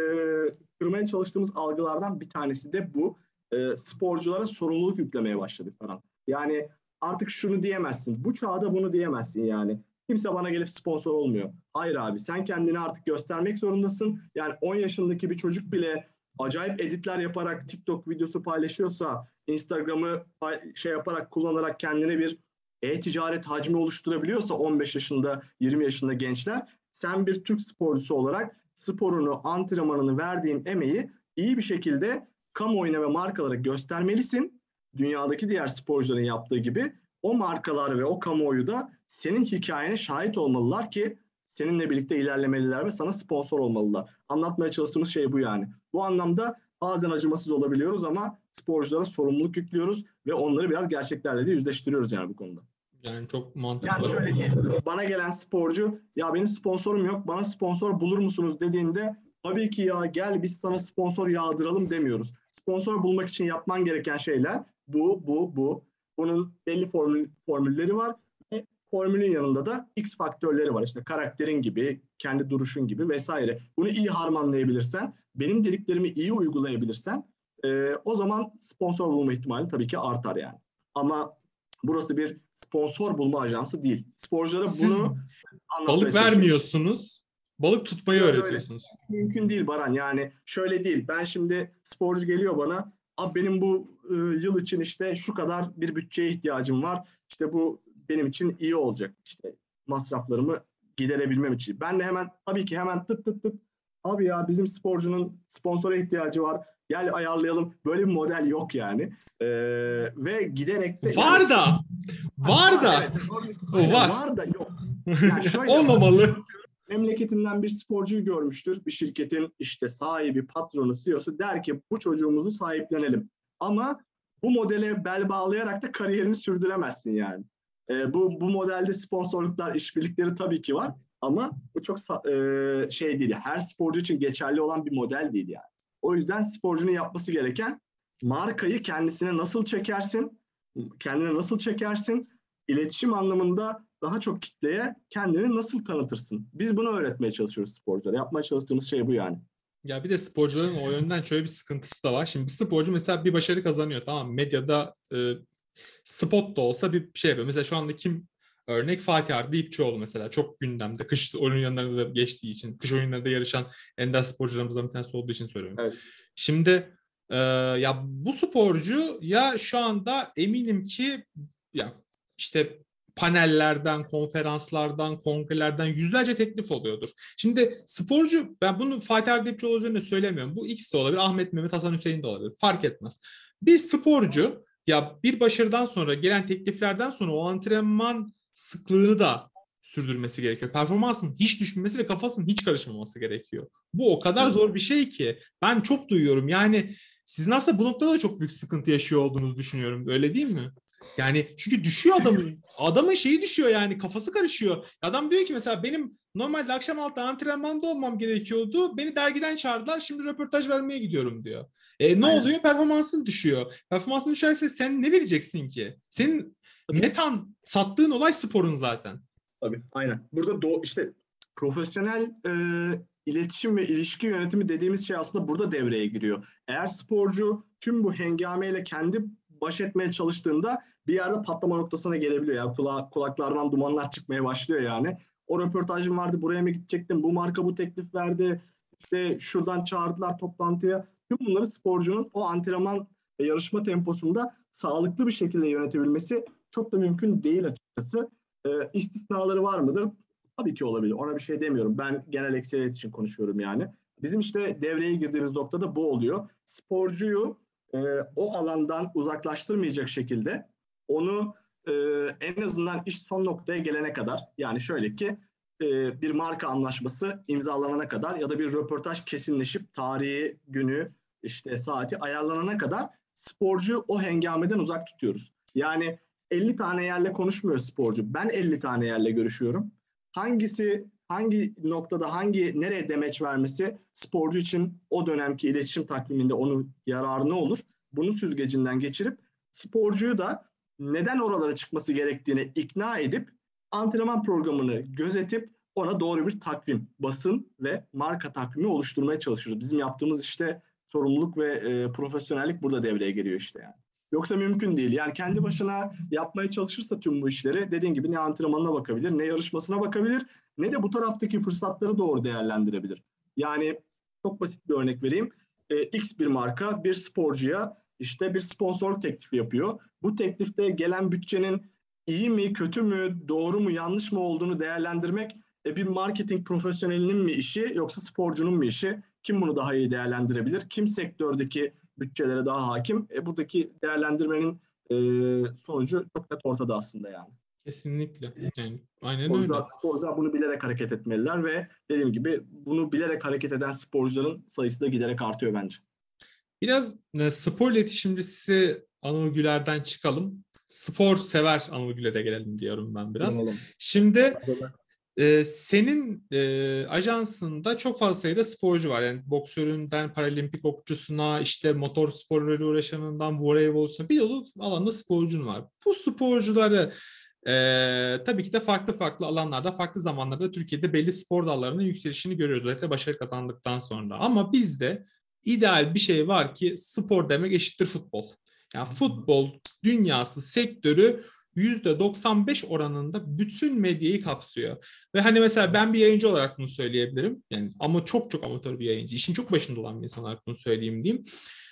kırmaya çalıştığımız algılardan bir tanesi de bu. Sporculara sorumluluk yüklemeye başladık falan. Yani artık şunu diyemezsin. Bu çağda bunu diyemezsin yani. Kimse bana gelip sponsor olmuyor. Hayır abi sen kendini artık göstermek zorundasın. Yani 10 yaşındaki bir çocuk bile acayip editler yaparak TikTok videosu paylaşıyorsa, Instagram'ı yaparak kullanarak kendine bir e-ticaret hacmi oluşturabiliyorsa 15 yaşında, 20 yaşında gençler, sen bir Türk sporcusu olarak sporunu, antrenmanını, verdiğin emeği iyi bir şekilde kamuoyuna ve markalara göstermelisin. Dünyadaki diğer sporcuların yaptığı gibi o markalar ve o kamuoyu da senin hikayene şahit olmalılar ki seninle birlikte ilerlemeliler ve sana sponsor olmalılar. Anlatmaya çalıştığımız şey bu yani. Bu anlamda bazen acımasız olabiliyoruz ama sporculara sorumluluk yüklüyoruz ve onları biraz gerçeklerle de yüzleştiriyoruz yani bu konuda. Yani çok mantıklı. Yani şöyle diyeyim, bana gelen sporcu ya benim sponsorum yok, bana sponsor bulur musunuz dediğinde tabii ki ya gel biz sana sponsor yağdıralım demiyoruz. Sponsor bulmak için yapman gereken şeyler bu. Bunun belli formülleri var ve formülün yanında da X faktörleri var. İşte karakterin gibi, kendi duruşun gibi vesaire. Bunu iyi harmanlayabilirsen, benim dediklerimi iyi uygulayabilirsen o zaman sponsor bulma ihtimali tabii ki artar yani. Ama burası bir sponsor bulma ajansı değil. Sporculara bunu balık vermiyorsunuz, balık tutmayı öğretiyorsunuz. Mümkün değil Baran. Yani şöyle değil. Ben şimdi sporcu geliyor bana. Abi benim bu yıl için işte şu kadar bir bütçeye ihtiyacım var. İşte bu benim için iyi olacak. İşte masraflarımı giderebilmem için. Ben de tabii ki hemen tık. Abi ya bizim sporcunun sponsora ihtiyacı var. Gel ayarlayalım. Böyle bir model yok yani. Ve giderek de... Var da. Evet, var da yok. Yani şöyle, olmamalı. Memleketinden bir sporcuyu görmüştür. Bir şirketin işte sahibi, patronu, CEO'su der ki bu çocuğumuzu sahiplenelim. Ama bu modele bel bağlayarak da kariyerini sürdüremezsin yani. Bu modelde sponsorluklar, işbirlikleri tabii ki var. Ama bu çok şey değil. Her sporcu için geçerli olan bir model değil yani. O yüzden sporcunun yapması gereken markayı kendine nasıl çekersin, iletişim anlamında daha çok kitleye kendini nasıl tanıtırsın? Biz bunu öğretmeye çalışıyoruz sporculara. Yapmaya çalıştığımız şey bu yani. Ya bir de sporcuların o yönden şöyle bir sıkıntısı da var. Şimdi bir sporcu mesela bir başarı kazanıyor. Tamam, medyada spot da olsa bir şey yapıyor. Mesela şu anda örnek Fatih Arda İpçioğlu mesela çok gündemde. Kış oyunlarında geçtiği için, kış oyunlarında yarışan ender sporcularımızdan bir tanesi olduğu için söylüyorum. Evet. Şimdi ya bu sporcu ya şu anda eminim ki ya işte panellerden, konferanslardan, kongrelerden yüzlerce teklif oluyordur. Şimdi sporcu, ben bunu Fatih Arda İpçioğlu üzerinde söylemiyorum. Bu X de olabilir, Ahmet Mehmet Hasan Hüseyin de olabilir. Fark etmez. Bir sporcu ya bir başarıdan sonra gelen tekliflerden sonra o antrenman sıklığını da sürdürmesi gerekiyor. Performansın hiç düşmemesi ve kafasının hiç karışmaması gerekiyor. Bu o kadar zor bir şey ki. Ben çok duyuyorum. Yani sizin aslında bu noktada da çok büyük sıkıntı yaşıyor olduğunuzu düşünüyorum. Öyle değil mi? Yani çünkü düşüyor adamın şeyi düşüyor yani kafası karışıyor. Adam diyor ki mesela benim normalde akşam altı antrenmanda olmam gerekiyordu. Beni dergiden çağırdılar. Şimdi röportaj vermeye gidiyorum diyor. Ne Aynen. oluyor? Performansın düşüyor. Performansın düşerse sen ne vereceksin ki? Senin metan sattığın olay sporun zaten. Tabii, aynen. Burada işte profesyonel iletişim ve ilişki yönetimi dediğimiz şey aslında burada devreye giriyor. Eğer sporcu tüm bu hengameyle kendi baş etmeye çalıştığında bir yerde patlama noktasına gelebiliyor. Yani kulaklardan dumanlar çıkmaya başlıyor yani. O röportajım vardı, buraya mı gidecektim, bu marka bu teklif verdi, işte şuradan çağırdılar toplantıya. Tüm bunları sporcunun o antrenman ve yarışma temposunda sağlıklı bir şekilde yönetebilmesi çok da mümkün değil açıkçası. İstisnaları var mıdır? Tabii ki olabilir. Ona bir şey demiyorum. Ben genel ekseriyet için konuşuyorum yani. Bizim işte devreye girdiğimiz noktada bu oluyor. Sporcuyu o alandan uzaklaştırmayacak şekilde onu en azından iş son noktaya gelene kadar, yani şöyle ki bir marka anlaşması imzalanana kadar ya da bir röportaj kesinleşip tarihi, günü, işte saati ayarlanana kadar sporcu o hengameden uzak tutuyoruz. Yani 50 tane yerle konuşmuyor sporcu. Ben 50 tane yerle görüşüyorum. Hangi noktada nereye demeç vermesi sporcu için o dönemki iletişim takviminde onun yararına olur. Bunu süzgecinden geçirip sporcuyu da neden oralara çıkması gerektiğini ikna edip antrenman programını gözetip ona doğru bir takvim, basın ve marka takvimi oluşturmaya çalışıyoruz. Bizim yaptığımız işte sorumluluk ve profesyonellik burada devreye giriyor işte yani. Yoksa mümkün değil. Yani kendi başına yapmaya çalışırsa tüm bu işleri dediğin gibi ne antrenmanına bakabilir, ne yarışmasına bakabilir, ne de bu taraftaki fırsatları doğru değerlendirebilir. Yani çok basit bir örnek vereyim. X bir marka bir sporcuya işte bir sponsorluk teklifi yapıyor. Bu teklifte gelen bütçenin iyi mi, kötü mü, doğru mu, yanlış mı olduğunu değerlendirmek bir marketing profesyonelinin mi işi yoksa sporcunun mu işi? Kim bunu daha iyi değerlendirebilir? Kim sektördeki bütçelere daha hakim? Buradaki değerlendirmenin sonucu çok net ortada aslında yani. Kesinlikle. Yani aynen öyle. Sporcular bunu bilerek hareket etmeliler ve dediğim gibi bunu bilerek hareket eden sporcuların sayısı da giderek artıyor bence. Biraz spor iletişimcisi Anıl Güler'den çıkalım. Spor sever Anıl Güler'e gelelim diyorum ben biraz. Anladım. Şimdi senin ajansında çok fazla sayıda sporcu var. Yani boksöründen paralimpik okçusuna, işte motor sporları uğraşanından voleybolcusuna bir dolu alanda sporcun var. Bu sporcuları tabii ki de farklı alanlarda, farklı zamanlarda Türkiye'de belli spor dallarının yükselişini görüyoruz. Özellikle başarı kazandıktan sonra. Ama bizde ideal bir şey var ki spor demek eşittir futbol. Yani futbol dünyası, sektörü %95 oranında bütün medyayı kapsıyor. Ve hani mesela ben bir yayıncı olarak bunu söyleyebilirim. Yani ama çok amatör bir yayıncı. İşin çok başında olan bir insan olarak bunu söyleyeyim diyeyim.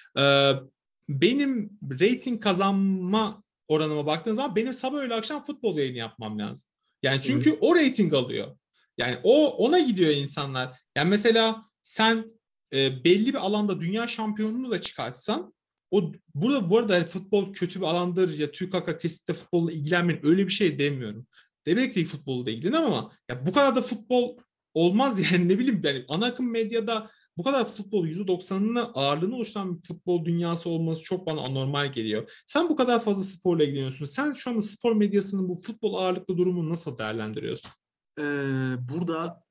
Benim rating kazanma oranıma baktığınız zaman benim sabah öğle akşam futbol yayını yapmam lazım. Yani çünkü o rating alıyor. Yani ona gidiyor insanlar. Yani mesela sen belli bir alanda dünya şampiyonluğunu da çıkartsan bu arada futbol kötü bir alandır ya TÜKAK'a kesinlikle futbolla ilgilenmeyin öyle bir şey demiyorum. Demek ki futbolla da ilgilenin ama ya bu kadar da futbol olmaz yani ne bileyim yani ana akım medyada bu kadar futbol %90'ını ağırlığını oluşturan bir futbol dünyası olması çok bana anormal geliyor. Sen bu kadar fazla sporla ilgileniyorsun. Sen şu anda spor medyasının bu futbol ağırlıklı durumunu nasıl değerlendiriyorsun? Burada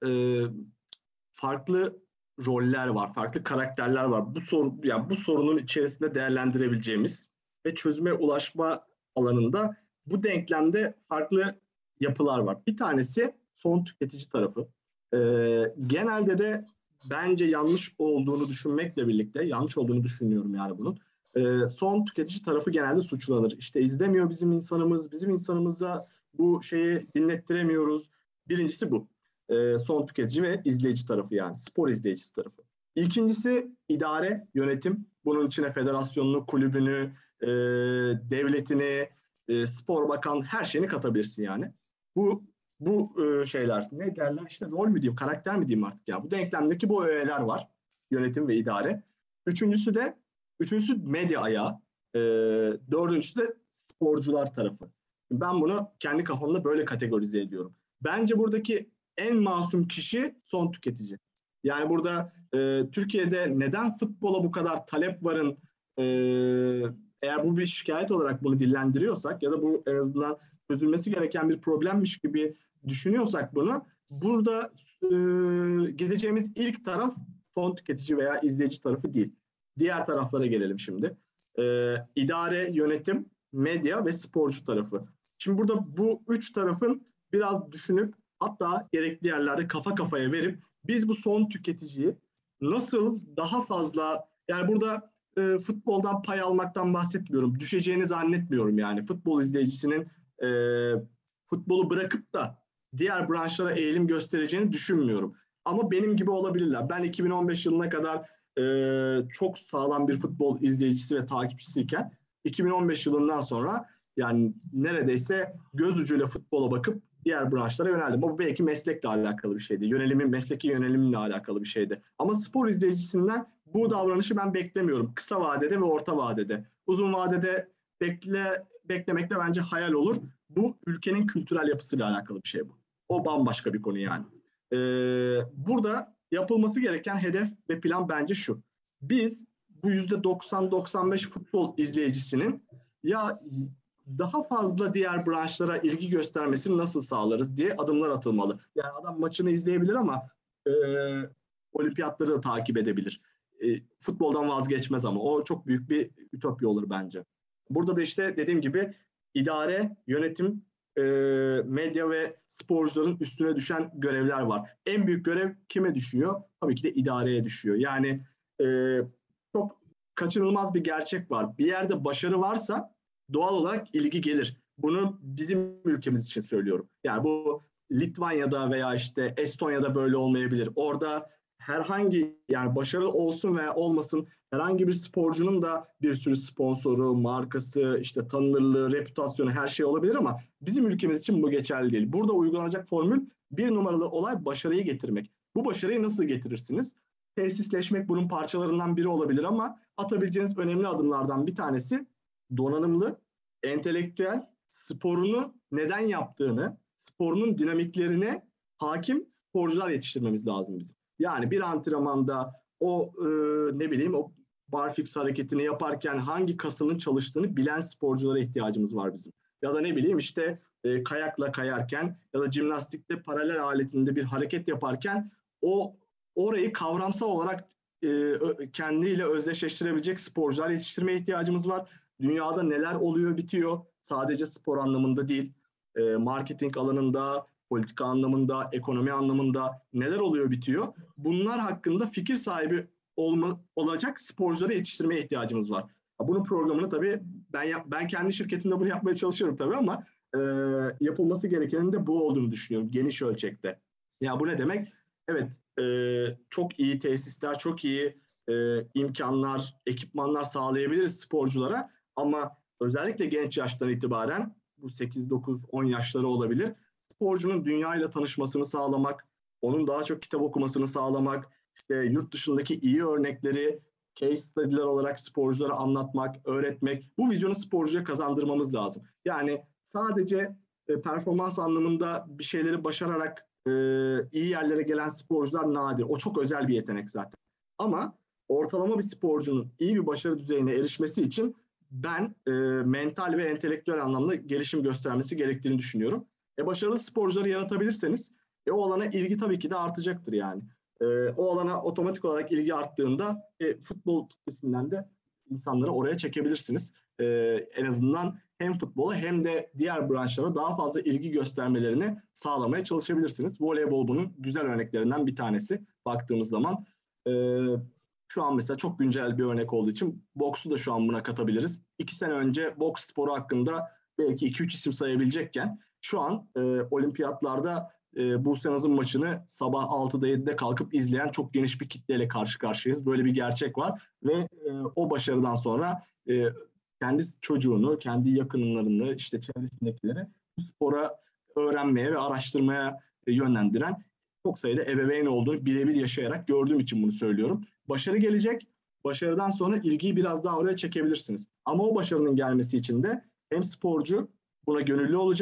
farklı roller var, farklı karakterler var. Bu sorunun içerisinde değerlendirebileceğimiz ve çözüme ulaşma alanında bu denklemde farklı yapılar var. Bir tanesi son tüketici tarafı. Genelde de bence yanlış olduğunu düşünmekle birlikte, yanlış olduğunu düşünüyorum yani bunun. Son tüketici tarafı genelde suçlanır. İşte izlemiyor bizim insanımıza bu şeyi dinlettiremiyoruz. Birincisi bu. Son tüketici ve izleyici tarafı yani spor izleyicisi tarafı. İkincisi idare, yönetim. Bunun içine federasyonunu, kulübünü, devletini, spor bakan her şeyini katabilirsin yani. Bu şeyler ne derler işte rol mü diyeyim, karakter mi diyeyim artık ya. Bu denklemdeki bu öğeler var. Yönetim ve idare. Üçüncüsü medya ayağı. Dördüncüsü de sporcular tarafı. Ben bunu kendi kafamda böyle kategorize ediyorum. Bence buradaki en masum kişi son tüketici. Yani burada Türkiye'de neden futbola bu kadar talep varın, e, eğer bu bir şikayet olarak bunu dillendiriyorsak ya da bu en azından çözülmesi gereken bir problemmiş gibi düşünüyorsak bunu, burada gideceğimiz ilk taraf son tüketici veya izleyici tarafı değil. Diğer taraflara gelelim şimdi. İdare, yönetim, medya ve sporcu tarafı. Şimdi burada bu üç tarafın biraz düşünüp hatta gerekli yerlerde kafa kafaya verip biz bu son tüketiciyi nasıl daha fazla, yani burada futboldan pay almaktan bahsetmiyorum. Düşeceğini zannetmiyorum yani. Futbol izleyicisinin futbolu bırakıp da diğer branşlara eğilim göstereceğini düşünmüyorum. Ama benim gibi olabilirler. Ben 2015 yılına kadar çok sağlam bir futbol izleyicisi ve takipçisiyken 2015 yılından sonra yani neredeyse göz ucuyla futbola bakıp diğer branşlara yöneldim. Bu belki meslekle alakalı bir şeydi. Mesleki yönelimle alakalı bir şeydi. Ama spor izleyicisinden bu davranışı ben beklemiyorum. Kısa vadede ve orta vadede. Uzun vadede beklemek de bence hayal olur. Bu ülkenin kültürel yapısıyla alakalı bir şey bu. O bambaşka bir konu yani. Burada yapılması gereken hedef ve plan bence şu. Biz bu %90-95 futbol izleyicisinin ya daha fazla diğer branşlara ilgi göstermesini nasıl sağlarız diye adımlar atılmalı. Yani adam maçını izleyebilir ama olimpiyatları da takip edebilir. Futboldan vazgeçmez ama o çok büyük bir ütopya olur bence. Burada da işte dediğim gibi idare, yönetim, medya ve sporcuların üstüne düşen görevler var. En büyük görev kime düşüyor? Tabii ki de idareye düşüyor. Yani çok kaçınılmaz bir gerçek var. Bir yerde başarı varsa doğal olarak ilgi gelir. Bunu bizim ülkemiz için söylüyorum. Yani bu Litvanya'da veya işte Estonya'da böyle olmayabilir. Orada herhangi yani başarılı olsun veya olmasın herhangi bir sporcunun da bir sürü sponsoru, markası, işte tanınırlığı, reputasyonu her şey olabilir ama bizim ülkemiz için bu geçerli değil. Burada uygulanacak formül bir numaralı olay başarıyı getirmek. Bu başarıyı nasıl getirirsiniz? Tesisleşmek bunun parçalarından biri olabilir ama atabileceğiniz önemli adımlardan bir tanesi donanımlı, entelektüel, sporunu neden yaptığını, sporunun dinamiklerine hakim sporcular yetiştirmemiz lazım bizim. Yani bir antrenmanda o o barfix hareketini yaparken hangi kasının çalıştığını bilen sporculara ihtiyacımız var bizim. Ya da işte kayakla kayarken ya da jimnastikte paralel aletinde bir hareket yaparken orayı kavramsal olarak kendiyle özdeşleştirebilecek sporcular yetiştirmeye ihtiyacımız var. Dünyada neler oluyor bitiyor sadece spor anlamında değil, marketing alanında, politika anlamında, ekonomi anlamında neler oluyor bitiyor. Bunlar hakkında fikir sahibi olacak sporcuları yetiştirmeye ihtiyacımız var. Bunun programını tabii ben kendi şirketimde bunu yapmaya çalışıyorum tabii ama yapılması gerekenin de bu olduğunu düşünüyorum geniş ölçekte. Ya bu ne demek? Evet, çok iyi tesisler, çok iyi imkanlar, ekipmanlar sağlayabiliriz sporculara ama özellikle genç yaştan itibaren bu 8, 9, 10 yaşları olabilir. Sporcunun dünyayla tanışmasını sağlamak, onun daha çok kitap okumasını sağlamak, işte yurt dışındaki iyi örnekleri case study'ler olarak sporculara anlatmak, öğretmek, bu vizyonu sporcuya kazandırmamız lazım. Yani sadece performans anlamında bir şeyleri başararak iyi yerlere gelen sporcular nadir. O çok özel bir yetenek zaten. Ama ortalama bir sporcunun iyi bir başarı düzeyine erişmesi için ben mental ve entelektüel anlamda gelişim göstermesi gerektiğini düşünüyorum. Başarılı sporcuları yaratabilirseniz o alana ilgi tabii ki de artacaktır yani. O alana otomatik olarak ilgi arttığında futbol kitlesinden de insanları oraya çekebilirsiniz. En azından hem futbola hem de diğer branşlara daha fazla ilgi göstermelerini sağlamaya çalışabilirsiniz. Voleybol bunun güzel örneklerinden bir tanesi baktığımız zaman. Şu an mesela çok güncel bir örnek olduğu için boksu da şu an buna katabiliriz. 2 sene önce boks sporu hakkında belki 2-3 isim sayabilecekken şu an olimpiyatlarda Buse Naz'ın maçını sabah 6'da 7'de kalkıp izleyen çok geniş bir kitleyle karşı karşıyayız. Böyle bir gerçek var ve o başarıdan sonra kendi çocuğunu, kendi yakınlarını, işte çevresindekileri bu spora öğrenmeye ve araştırmaya yönlendiren çok sayıda ebeveyn olduğunu birebir yaşayarak gördüğüm için bunu söylüyorum. Başarı gelecek. Başarıdan sonra ilgiyi biraz daha oraya çekebilirsiniz. Ama o başarının gelmesi için de hem sporcu buna gönüllü olacak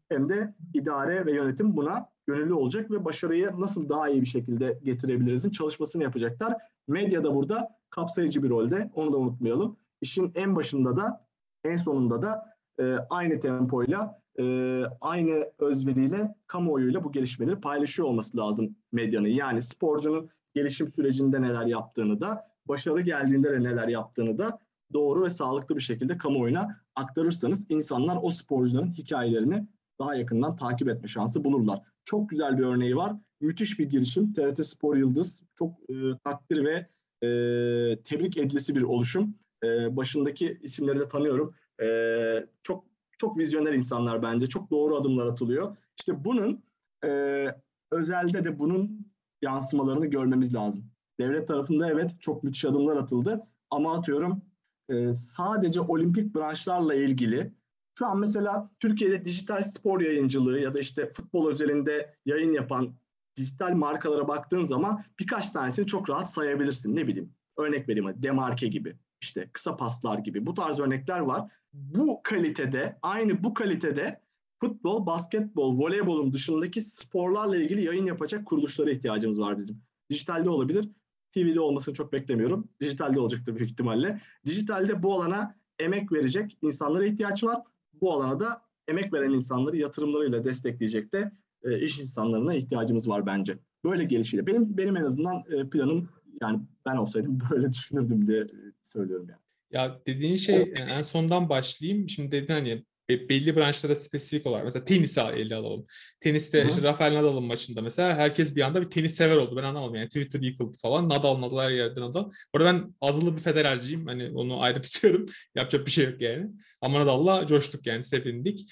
hem de idare ve yönetim buna gönüllü olacak ve başarıyı nasıl daha iyi bir şekilde getirebilirizin çalışmasını yapacaklar. Medya da burada kapsayıcı bir rolde. Onu da unutmayalım. İşin en başında da en sonunda da aynı tempoyla, aynı özveriyle kamuoyuyla bu gelişmeleri paylaşıyor olması lazım medyanın. Yani sporcunun gelişim sürecinde neler yaptığını da, başarı geldiğinde de neler yaptığını da doğru ve sağlıklı bir şekilde kamuoyuna aktarırsanız insanlar o sporcuların hikayelerini daha yakından takip etme şansı bulurlar. Çok güzel bir örneği var. Müthiş bir girişim. TRT Spor Yıldız. Çok takdir ve tebrik edilesi bir oluşum. Başındaki isimleri de tanıyorum. Çok çok vizyoner insanlar bence. Çok doğru adımlar atılıyor. İşte bunun özelde de bunun yansımalarını görmemiz lazım. Devlet tarafında evet çok müthiş adımlar atıldı. Ama atıyorum sadece olimpik branşlarla ilgili şu an mesela Türkiye'de dijital spor yayıncılığı ya da işte futbol özelinde yayın yapan dijital markalara baktığın zaman birkaç tanesini çok rahat sayabilirsin. Ne bileyim, örnek vereyim, Demarke gibi, işte kısa paslar gibi, bu tarz örnekler var. Bu kalitede, aynı bu kalitede futbol, basketbol, voleybolun dışındaki sporlarla ilgili yayın yapacak kuruluşlara ihtiyacımız var bizim. Dijitalde olabilir. TV'de olmasını çok beklemiyorum. Dijitalde olacaktır büyük ihtimalle. Dijitalde bu alana emek verecek insanlara ihtiyaç var. Bu alana da emek veren insanları yatırımlarıyla destekleyecek de iş insanlarına ihtiyacımız var bence. Böyle gelişiyle. Benim en azından planım, yani ben olsaydım böyle düşünürdüm diye söylüyorum yani. Ya dediğin şey en sondan başlayayım. Şimdi dedin hani belli branşlara spesifik olarak mesela tenisi ele alalım. Teniste işte Rafael Nadal'ın maçında mesela herkes bir anda bir tenis sever oldu. Ben anlamadım yani, Twitter yıkıldı falan. Nadal her yerde Nadal. Orada ben azılı bir Federer'ciyim. Hani onu ayrı tutuyorum. Yapacak bir şey yok yani. Ama Nadal'la coştuk yani, sevindik.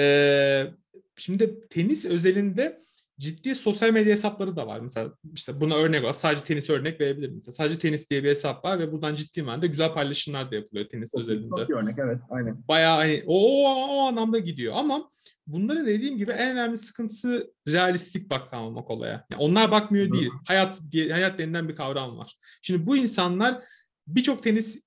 Şimdi tenis özelinde ciddi sosyal medya hesapları da var. Mesela işte buna örnek var. Sadece tenis örnek verebilirim. Mesela sadece tenis diye bir hesap var ve buradan ciddi manada güzel paylaşımlar da yapılıyor tenis özelinde. Çok iyi örnek, evet, aynen. Bayağı hani o anlamda gidiyor ama bunların dediğim gibi en önemli sıkıntısı realistik bakmamak olaya. Yani onlar bakmıyor değil. Hayat denilen bir kavram var. Şimdi bu insanlar birçok tenis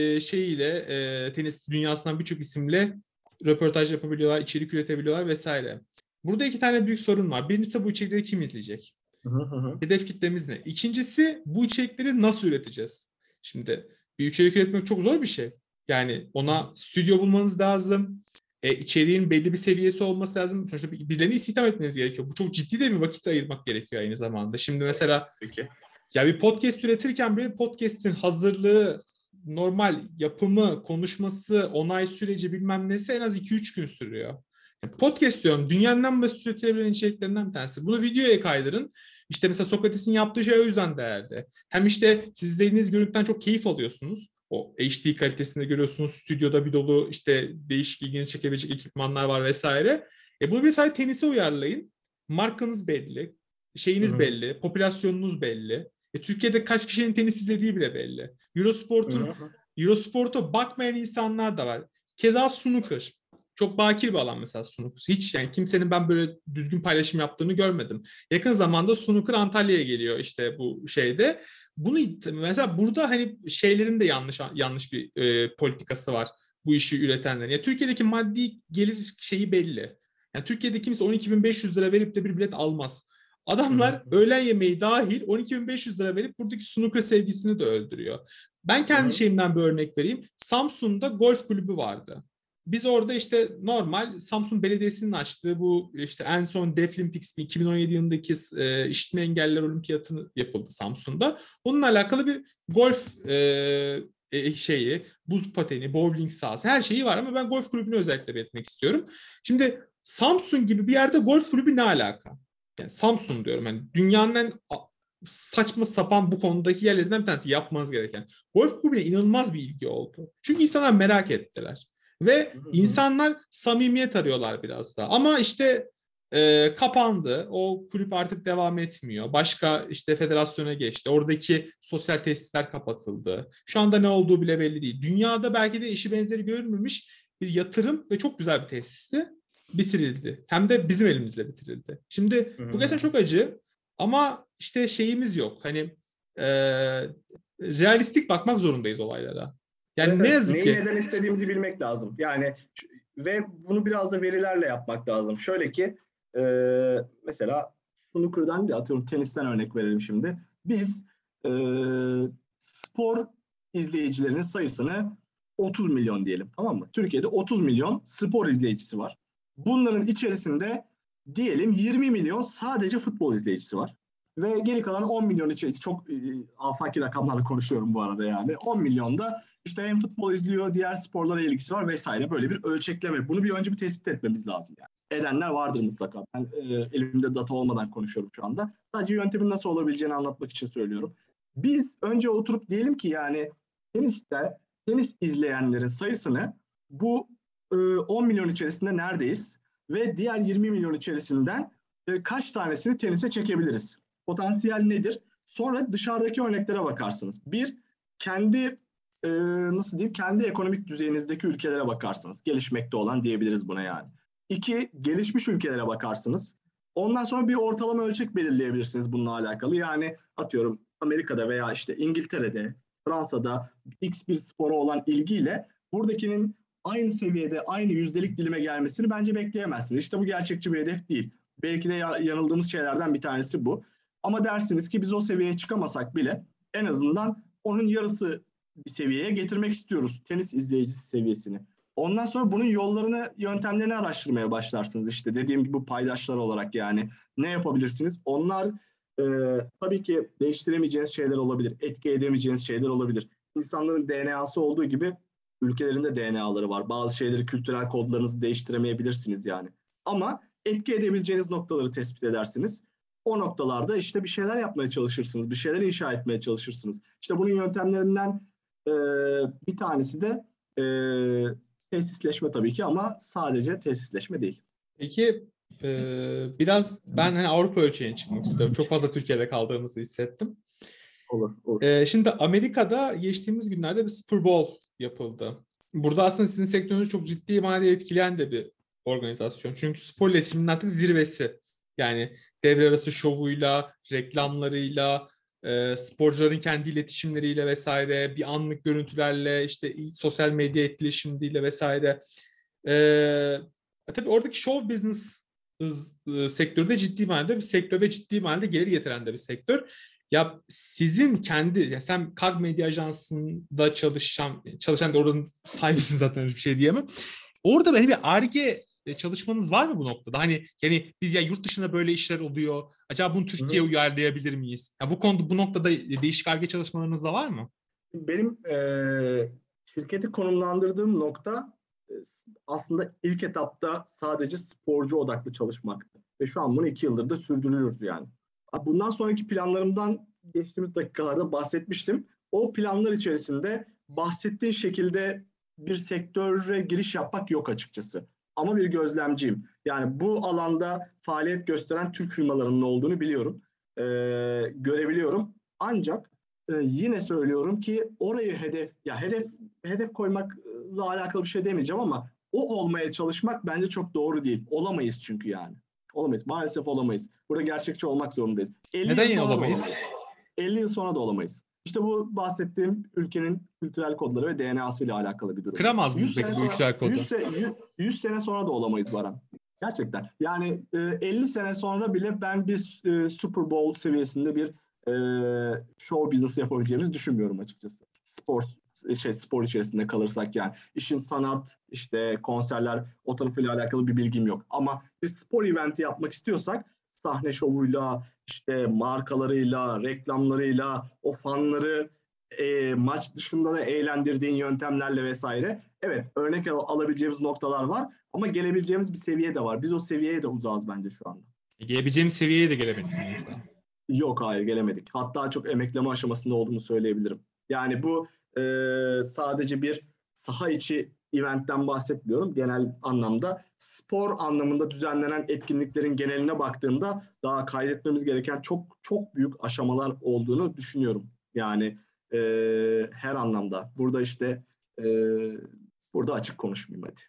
tenis dünyasından birçok isimle röportaj yapabiliyorlar, içerik üretebiliyorlar vesaire. Burada iki tane büyük sorun var. Birincisi, bu içerikleri kim izleyecek? Hedef kitlemiz ne? İkincisi, bu içerikleri nasıl üreteceğiz? Şimdi bir içerik üretmek çok zor bir şey. Yani ona stüdyo bulmanız lazım. İçeriğin belli bir seviyesi olması lazım. Sonuçta birilerini istihdam etmeniz gerekiyor. Bu çok ciddi de bir vakit ayırmak gerekiyor aynı zamanda. Şimdi mesela ya bir podcast üretirken bir podcast'in hazırlığı, normal yapımı, konuşması, onay süreci bilmem nesi en az 2-3 gün sürüyor. Podcast diyorum, dünyanın en basit üretilebilen içeriklerinden bir tanesi. Bunu videoya kaydırın. İşte mesela Sokrates'in yaptığı şey o yüzden değerli. Hem işte siz izlediğiniz görüntüden çok keyif alıyorsunuz. O HD kalitesinde görüyorsunuz. Stüdyoda bir dolu işte değişik, ilginizi çekebilecek ekipmanlar var vesaire. Bunu bir sadece tenise uyarlayın. Markanız belli. Şeyiniz belli. Popülasyonunuz belli. Türkiye'de kaç kişinin tenis izlediği bile belli. Eurosport'a bakmayan insanlar da var. Keza snooker. Çok bakir bir alan mesela snooker. Hiç yani kimsenin ben böyle düzgün paylaşım yaptığını görmedim. Yakın zamanda snooker Antalya'ya geliyor işte bu şeyde. Bunu mesela burada hani şeylerin de yanlış bir politikası var bu işi üretenlerin. Ya Türkiye'deki maddi gelir şeyi belli. Yani Türkiye'de kimse 12.500 lira verip de bir bilet almaz. Adamlar öğlen yemeği dahil 12.500 lira verip buradaki snooker sevgisini de öldürüyor. Ben kendi şeyimden bir örnek vereyim. Samsun'da golf kulübü vardı. Biz orada işte normal Samsun Belediyesi'nin açtığı bu işte en son Deaflympics 2017 yılındaki işitme engelliler olimpiyatı yapıldı Samsun'da. Onunla alakalı bir golf buz pateni, bowling sahası, her şeyi var ama ben golf kulübünü özellikle belirtmek istiyorum. Şimdi Samsun gibi bir yerde golf kulübü ne alaka? Yani Samsun diyorum, yani dünyanın en saçma sapan bu konudaki yerlerinden bir tanesi, yapmanız gereken. Golf kulübüne inanılmaz bir ilgi oldu. Çünkü insanlar merak ettiler. Ve insanlar samimiyet arıyorlar biraz da. Ama işte kapandı. O kulüp artık devam etmiyor. Başka işte federasyona geçti. Oradaki sosyal tesisler kapatıldı. Şu anda ne olduğu bile belli değil. Dünyada belki de eşi benzeri görülmemiş bir yatırım ve çok güzel bir tesisti. Bitirildi. Hem de bizim elimizle bitirildi. Şimdi bu gerçekten çok acı. Ama işte şeyimiz yok. Hani realistik bakmak zorundayız olaylara. Yani evet, ne yazık ki. Neyi neden istediğimizi bilmek lazım. Yani Ve bunu biraz da verilerle yapmak lazım. Şöyle ki mesela snooker'dan da atıyorum tenisten örnek verelim şimdi. Biz spor izleyicilerinin sayısını 30 milyon diyelim, tamam mı? Türkiye'de 30 milyon spor izleyicisi var. Bunların içerisinde diyelim 20 milyon sadece futbol izleyicisi var. Ve geri kalan 10 milyon içerisinde çok afaki rakamlarla konuşuyorum bu arada yani. 10 milyonda işte hem futbol izliyor, diğer sporlara ilgisi var vesaire, böyle bir ölçekleme. Bunu önce bir tespit etmemiz lazım yani. Edenler vardır mutlaka. Ben elimde data olmadan konuşuyorum şu anda. Sadece yöntemin nasıl olabileceğini anlatmak için söylüyorum. Biz önce oturup diyelim ki yani tenis izleyenlerin sayısını bu 10 milyon içerisinde neredeyiz? Ve diğer 20 milyon içerisinden kaç tanesini tenise çekebiliriz? Potansiyel nedir? Sonra dışarıdaki örneklere bakarsınız. Bir, kendi nasıl diyeyim, kendi ekonomik düzeyinizdeki ülkelere bakarsınız. Gelişmekte olan diyebiliriz buna yani. İki, gelişmiş ülkelere bakarsınız. Ondan sonra bir ortalama ölçek belirleyebilirsiniz bununla alakalı. Yani atıyorum Amerika'da veya işte İngiltere'de, Fransa'da X bir spora olan ilgiyle buradakinin aynı seviyede, aynı yüzdelik dilime gelmesini bence bekleyemezsiniz. İşte bu gerçekçi bir hedef değil. Belki de yanıldığımız şeylerden bir tanesi bu. Ama dersiniz ki biz o seviyeye çıkamasak bile en azından onun yarısı bir seviyeye getirmek istiyoruz. Tenis izleyicisi seviyesini. Ondan sonra bunun yollarını, yöntemlerini araştırmaya başlarsınız. İşte dediğim gibi bu paydaşlar olarak yani ne yapabilirsiniz? Onlar tabii ki değiştiremeyeceğiniz şeyler olabilir. Etki edemeyeceğiniz şeyler olabilir. İnsanların DNA'sı olduğu gibi ülkelerinde DNA'ları var. Bazı şeyleri, kültürel kodlarınızı değiştiremeyebilirsiniz yani. Ama etki edebileceğiniz noktaları tespit edersiniz. O noktalarda işte bir şeyler yapmaya çalışırsınız. Bir şeyler inşa etmeye çalışırsınız. İşte bunun yöntemlerinden bir tanesi de tesisleşme tabii ki, ama sadece tesisleşme değil. Peki biraz ben hani Avrupa ölçeğine çıkmak istiyorum. Çok fazla Türkiye'de kaldığımızı hissettim. Olur. Şimdi Amerika'da geçtiğimiz günlerde bir Super Bowl yapıldı. Burada aslında sizin sektörünüzü çok ciddi manada etkileyen de bir organizasyon. Çünkü spor iletişiminin artık zirvesi. Yani devre arası şovuyla, reklamlarıyla, sporcuların kendi iletişimleriyle vesaire, bir anlık görüntülerle, işte sosyal medya etkileşimiyle vesaire. Tabii oradaki show business sektörü de ciddi manada bir sektör ve ciddi manada gelir getiren de bir sektör. Ya sizin kendi, ya sen Kag Medya Ajansı'nda çalışan da oranın sahibisin zaten, bir şey diyemem. Orada böyle bir Ar-Ge çalışmanız var mı bu noktada? Hani yani biz ya yurt dışında böyle işler oluyor. Acaba bunu Türkiye'ye uyarlayabilir miyiz? Ya bu konuda, bu noktada değişik Ar-Ge çalışmalarınız da var mı? Benim şirketi konumlandırdığım nokta aslında ilk etapta sadece sporcu odaklı çalışmaktı. Ve şu an bunu 2 yıldır da sürdürüyoruz yani. Bundan sonraki planlarımdan geçtiğimiz dakikalarda bahsetmiştim. O planlar içerisinde bahsettiğin şekilde bir sektöre giriş yapmak yok açıkçası. Ama bir gözlemciyim. Yani bu alanda faaliyet gösteren Türk firmalarının olduğunu biliyorum. Görebiliyorum. Ancak yine söylüyorum ki orayı hedef koymakla alakalı bir şey demeyeceğim ama o olmaya çalışmak bence çok doğru değil. Olamayız çünkü yani. Olamayız. Maalesef olamayız. Burada gerçekçi olmak zorundayız. Neden yine olamayız? 50 yıl sonra da olamayız. İşte bu bahsettiğim ülkenin kültürel kodları ve DNA'sı ile alakalı bir durum. Kıramaz mıyız peki bu kültürel kodu? 100 sene sonra da olamayız Baran. Gerçekten. Yani 50 sene sonra bile ben bir Super Bowl seviyesinde bir show business yapabileceğimizi düşünmüyorum açıkçası. Spor içerisinde kalırsak yani. İşin sanat, işte konserler, o tarafıyla alakalı bir bilgim yok. Ama bir spor eventi yapmak istiyorsak sahne şovuyla, işte markalarıyla, reklamlarıyla, o fanları maç dışında da eğlendirdiğin yöntemlerle vesaire. Evet, örnek alabileceğimiz noktalar var ama gelebileceğimiz bir seviye de var. Biz o seviyeye de uzağız bence şu anda. Gelebileceğimiz seviyeye de gelemedik. Yok, hayır gelemedik. Hatta çok emekleme aşamasında olduğunu söyleyebilirim. Yani bu sadece bir saha içi eventten bahsetmiyorum. Genel anlamda spor anlamında düzenlenen etkinliklerin geneline baktığında daha kaydetmemiz gereken çok çok büyük aşamalar olduğunu düşünüyorum. Yani her anlamda. Burada işte burada açık konuşmayayım hadi.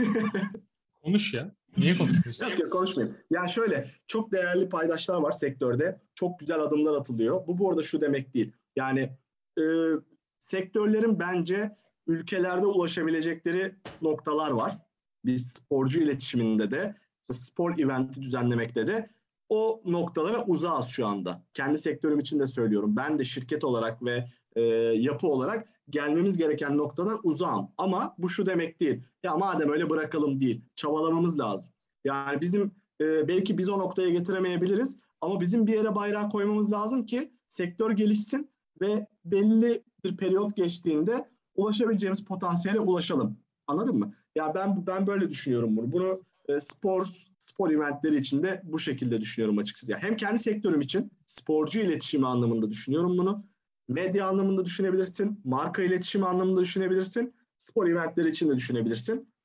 Konuş ya. Niye konuşmuyorsun? Yok konuşmayayım. Yani şöyle, çok değerli paydaşlar var sektörde. Çok güzel adımlar atılıyor. Bu arada şu demek değil. Yani sektörlerin bence ülkelerde ulaşabilecekleri noktalar var. biz sporcu iletişiminde de, işte spor eventi düzenlemekte de o noktalara uzağız şu anda. Kendi sektörüm için de söylüyorum. Ben de şirket olarak ve yapı olarak gelmemiz gereken noktadan uzağım. Ama bu şu demek değil. Ya madem öyle bırakalım değil. Çabalamamız lazım. Yani bizim belki biz o noktaya getiremeyebiliriz ama bizim bir yere bayrağı koymamız lazım ki sektör gelişsin ve belli bir periyot geçtiğinde ulaşabileceğimiz potansiyele ulaşalım. Anladın mı? Ya ben böyle düşünüyorum bunu. Bunu spor eventleri için de bu şekilde düşünüyorum açıkçası. Yani hem kendi sektörüm için sporcu iletişimi anlamında düşünüyorum bunu. Medya anlamında düşünebilirsin. Marka iletişimi anlamında düşünebilirsin. Spor eventleri için de düşünebilirsin.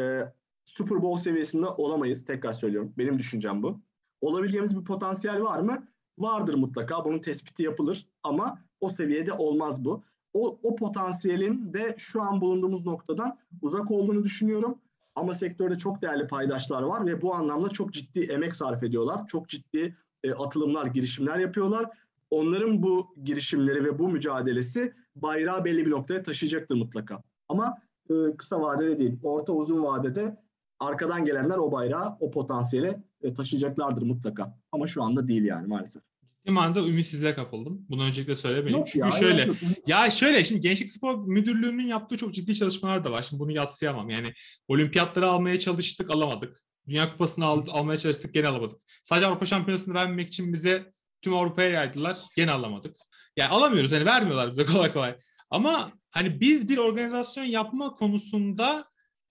Super Bowl seviyesinde olamayız. Tekrar söylüyorum. Benim düşüncem bu. Olabileceğimiz bir potansiyel var mı? Vardır mutlaka. Bunun tespiti yapılır. Ama o seviyede olmaz bu. O potansiyelin de şu an bulunduğumuz noktadan uzak olduğunu düşünüyorum. Ama sektörde çok değerli paydaşlar var ve bu anlamda çok ciddi emek sarf ediyorlar. Çok ciddi atılımlar, girişimler yapıyorlar. Onların bu girişimleri ve bu mücadelesi bayrağı belli bir noktaya taşıyacaktır mutlaka. Ama kısa vadede değil, orta uzun vadede arkadan gelenler o bayrağı, o potansiyele taşıyacaklardır mutlaka. Ama şu anda değil yani maalesef. Ciddi anda ümitsizliğe kapıldım. Bunu öncelikle söylemeliyim. Yok Çünkü ya, şöyle, yok. şöyle şimdi Gençlik Spor Müdürlüğü'nün yaptığı çok ciddi çalışmalar da var. Şimdi bunu yadsıyamam. Yani olimpiyatları almaya çalıştık, alamadık. Dünya Kupası'nı almaya çalıştık, gene alamadık. Sadece Avrupa Şampiyonası'nı vermemek için bize tüm Avrupa'ya yaydılar, gene alamadık. Yani alamıyoruz, hani vermiyorlar bize kolay kolay. Ama hani biz bir organizasyon yapma konusunda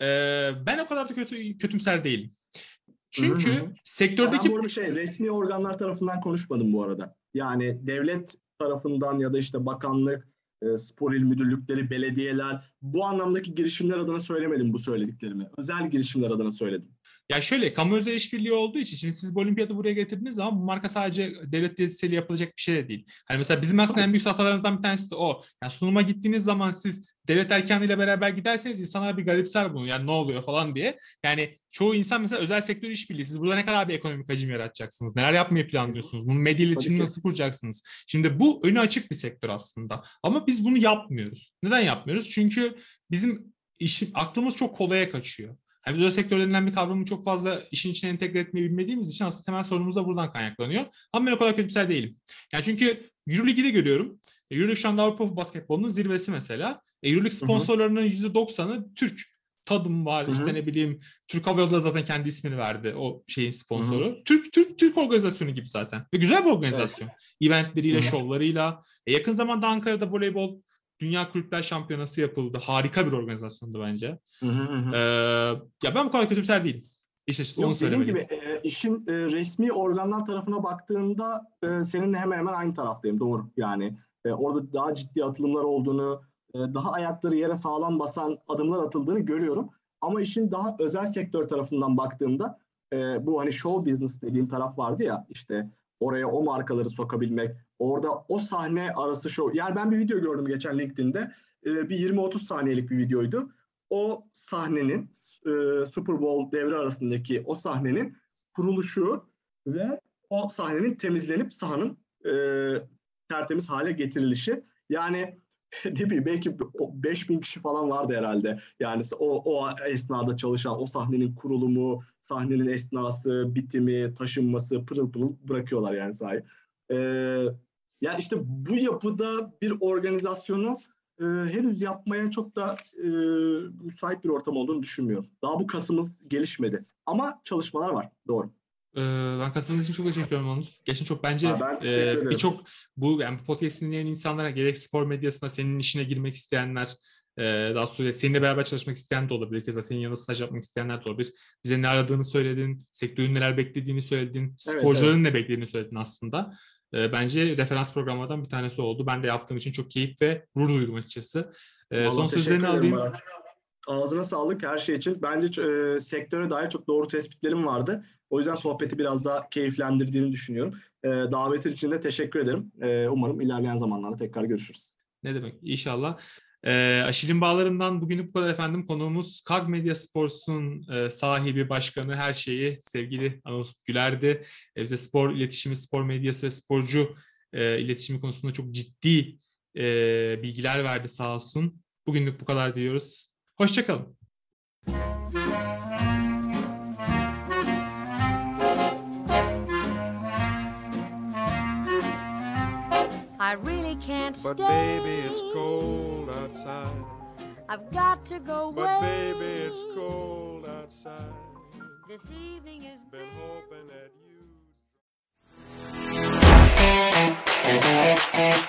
ben o kadar da kötümser değilim. Çünkü sektördeki... Ben bu arada resmi organlar tarafından konuşmadım bu arada. Yani devlet tarafından ya da işte bakanlık, spor il müdürlükleri, belediyeler, bu anlamdaki girişimler adına söylemedim bu söylediklerimi. Özel girişimler adına söyledim. Ya şöyle, kamu özel işbirliği olduğu için şimdi siz bu olimpiyatı buraya getirdiğiniz zaman bu marka sadece devlet desteğiyle yapılacak bir şey de değil. Hani mesela bizim aslında en büyük hatalarımızdan bir tanesi de o. Yani sunuma gittiğiniz zaman siz devlet erkanıyla beraber giderseniz insanlar bir garipser bunu. Yani ne oluyor falan diye. Yani çoğu insan mesela özel sektör işbirliği. Siz burada ne kadar bir ekonomik hacim yaratacaksınız? Neler yapmayı planlıyorsunuz? Bunun medya iletişimini nasıl kuracaksınız? Şimdi bu önü açık bir sektör aslında. Ama biz bunu yapmıyoruz. Neden yapmıyoruz? Çünkü bizim aklımız çok kolaya kaçıyor. Yani biz özel sektör denilen bir kavramı çok fazla işin içine entegre etmeyi bilmediğimiz için aslında temel sorunumuz da buradan kaynaklanıyor. Ama ben o kadar kötümser değilim. Yani çünkü Euroligi de görüyorum. Euroleague şu anda Avrupa basketbolunun zirvesi mesela. Euroleague sponsorlarının %90'ı Türk. Tadım var, işte ne bileyim, Türk Hava Yolları zaten kendi ismini verdi o şeyin sponsoru. Türk organizasyonu gibi zaten. Ve güzel bir organizasyon. Evet. Eventleriyle, şovlarıyla. Yakın zamanda Ankara'da voleybol Dünya Kulüpler Şampiyonası yapıldı. Harika bir organizasyondu bence. Ya ben bu kadar kötümser değilim. İşte onu söylemeliyim. Dediğim gibi işin resmi organlar tarafına baktığında seninle hemen hemen aynı taraftayım. Doğru. Yani orada daha ciddi atılımlar olduğunu, daha ayakları yere sağlam basan adımlar atıldığını görüyorum. Ama işin daha özel sektör tarafından baktığımda bu hani show business dediğin taraf vardı ya, işte oraya o markaları sokabilmek, orada o sahne arası show. Yani ben bir video gördüm geçen LinkedIn'de. Bir 20-30 saniyelik bir videoydu. O sahnenin Super Bowl devre arasındaki o sahnenin kuruluşu ve o sahnenin temizlenip sahanın tertemiz hale getirilişi. Yani ne bileyim, belki 5.000 kişi falan vardı herhalde. Yani o esnada çalışan, o sahnenin kurulumu, sahnenin esnası, bitimi, taşınması, pırıl pırıl bırakıyorlar yani sahayı. Yani işte bu yapıda bir organizasyonu henüz yapmaya çok da müsait bir ortam olduğunu düşünmüyorum. Daha bu kasımız gelişmedi. Ama çalışmalar var. Doğru. Ben katıldığınız için çok teşekkür ederim Onur. Geçen çok bence birçok bu podcast dinleyen insanlara, gerek spor medyasına senin işine girmek isteyenler, daha sonra seninle beraber çalışmak isteyen de olabilir. Keza senin yanında staj yapmak isteyenler de olabilir. Bize ne aradığını söyledin, sektörün neler beklediğini söyledin, sporcuların ne beklediğini söyledin aslında. Bence referans programlardan bir tanesi oldu. Ben de yaptığım için çok keyif ve gurur duydum açıkçası. Son sözlerini alayım. Ağzına sağlık her şey için. Bence sektöre dair çok doğru tespitlerim vardı. O yüzden sohbeti biraz daha keyiflendirdiğini düşünüyorum. Davetin için de teşekkür ederim. Umarım ilerleyen zamanlarda tekrar görüşürüz. Ne demek? İnşallah. Aşil'in bağlarından bugünlük bu kadar efendim. Konuğumuz Kag Media Sports'un sahibi, başkanı, her şeyi sevgili Anıl Güler'di. Bize spor iletişimi, spor medyası ve sporcu iletişimi konusunda çok ciddi bilgiler verdi sağ olsun. Bugünlük bu kadar diyoruz. Hoşça kalın. I really can't But stay. baby, it's cold outside. I've got to go away. But baby, it's cold outside. This evening has Been been hoping that you.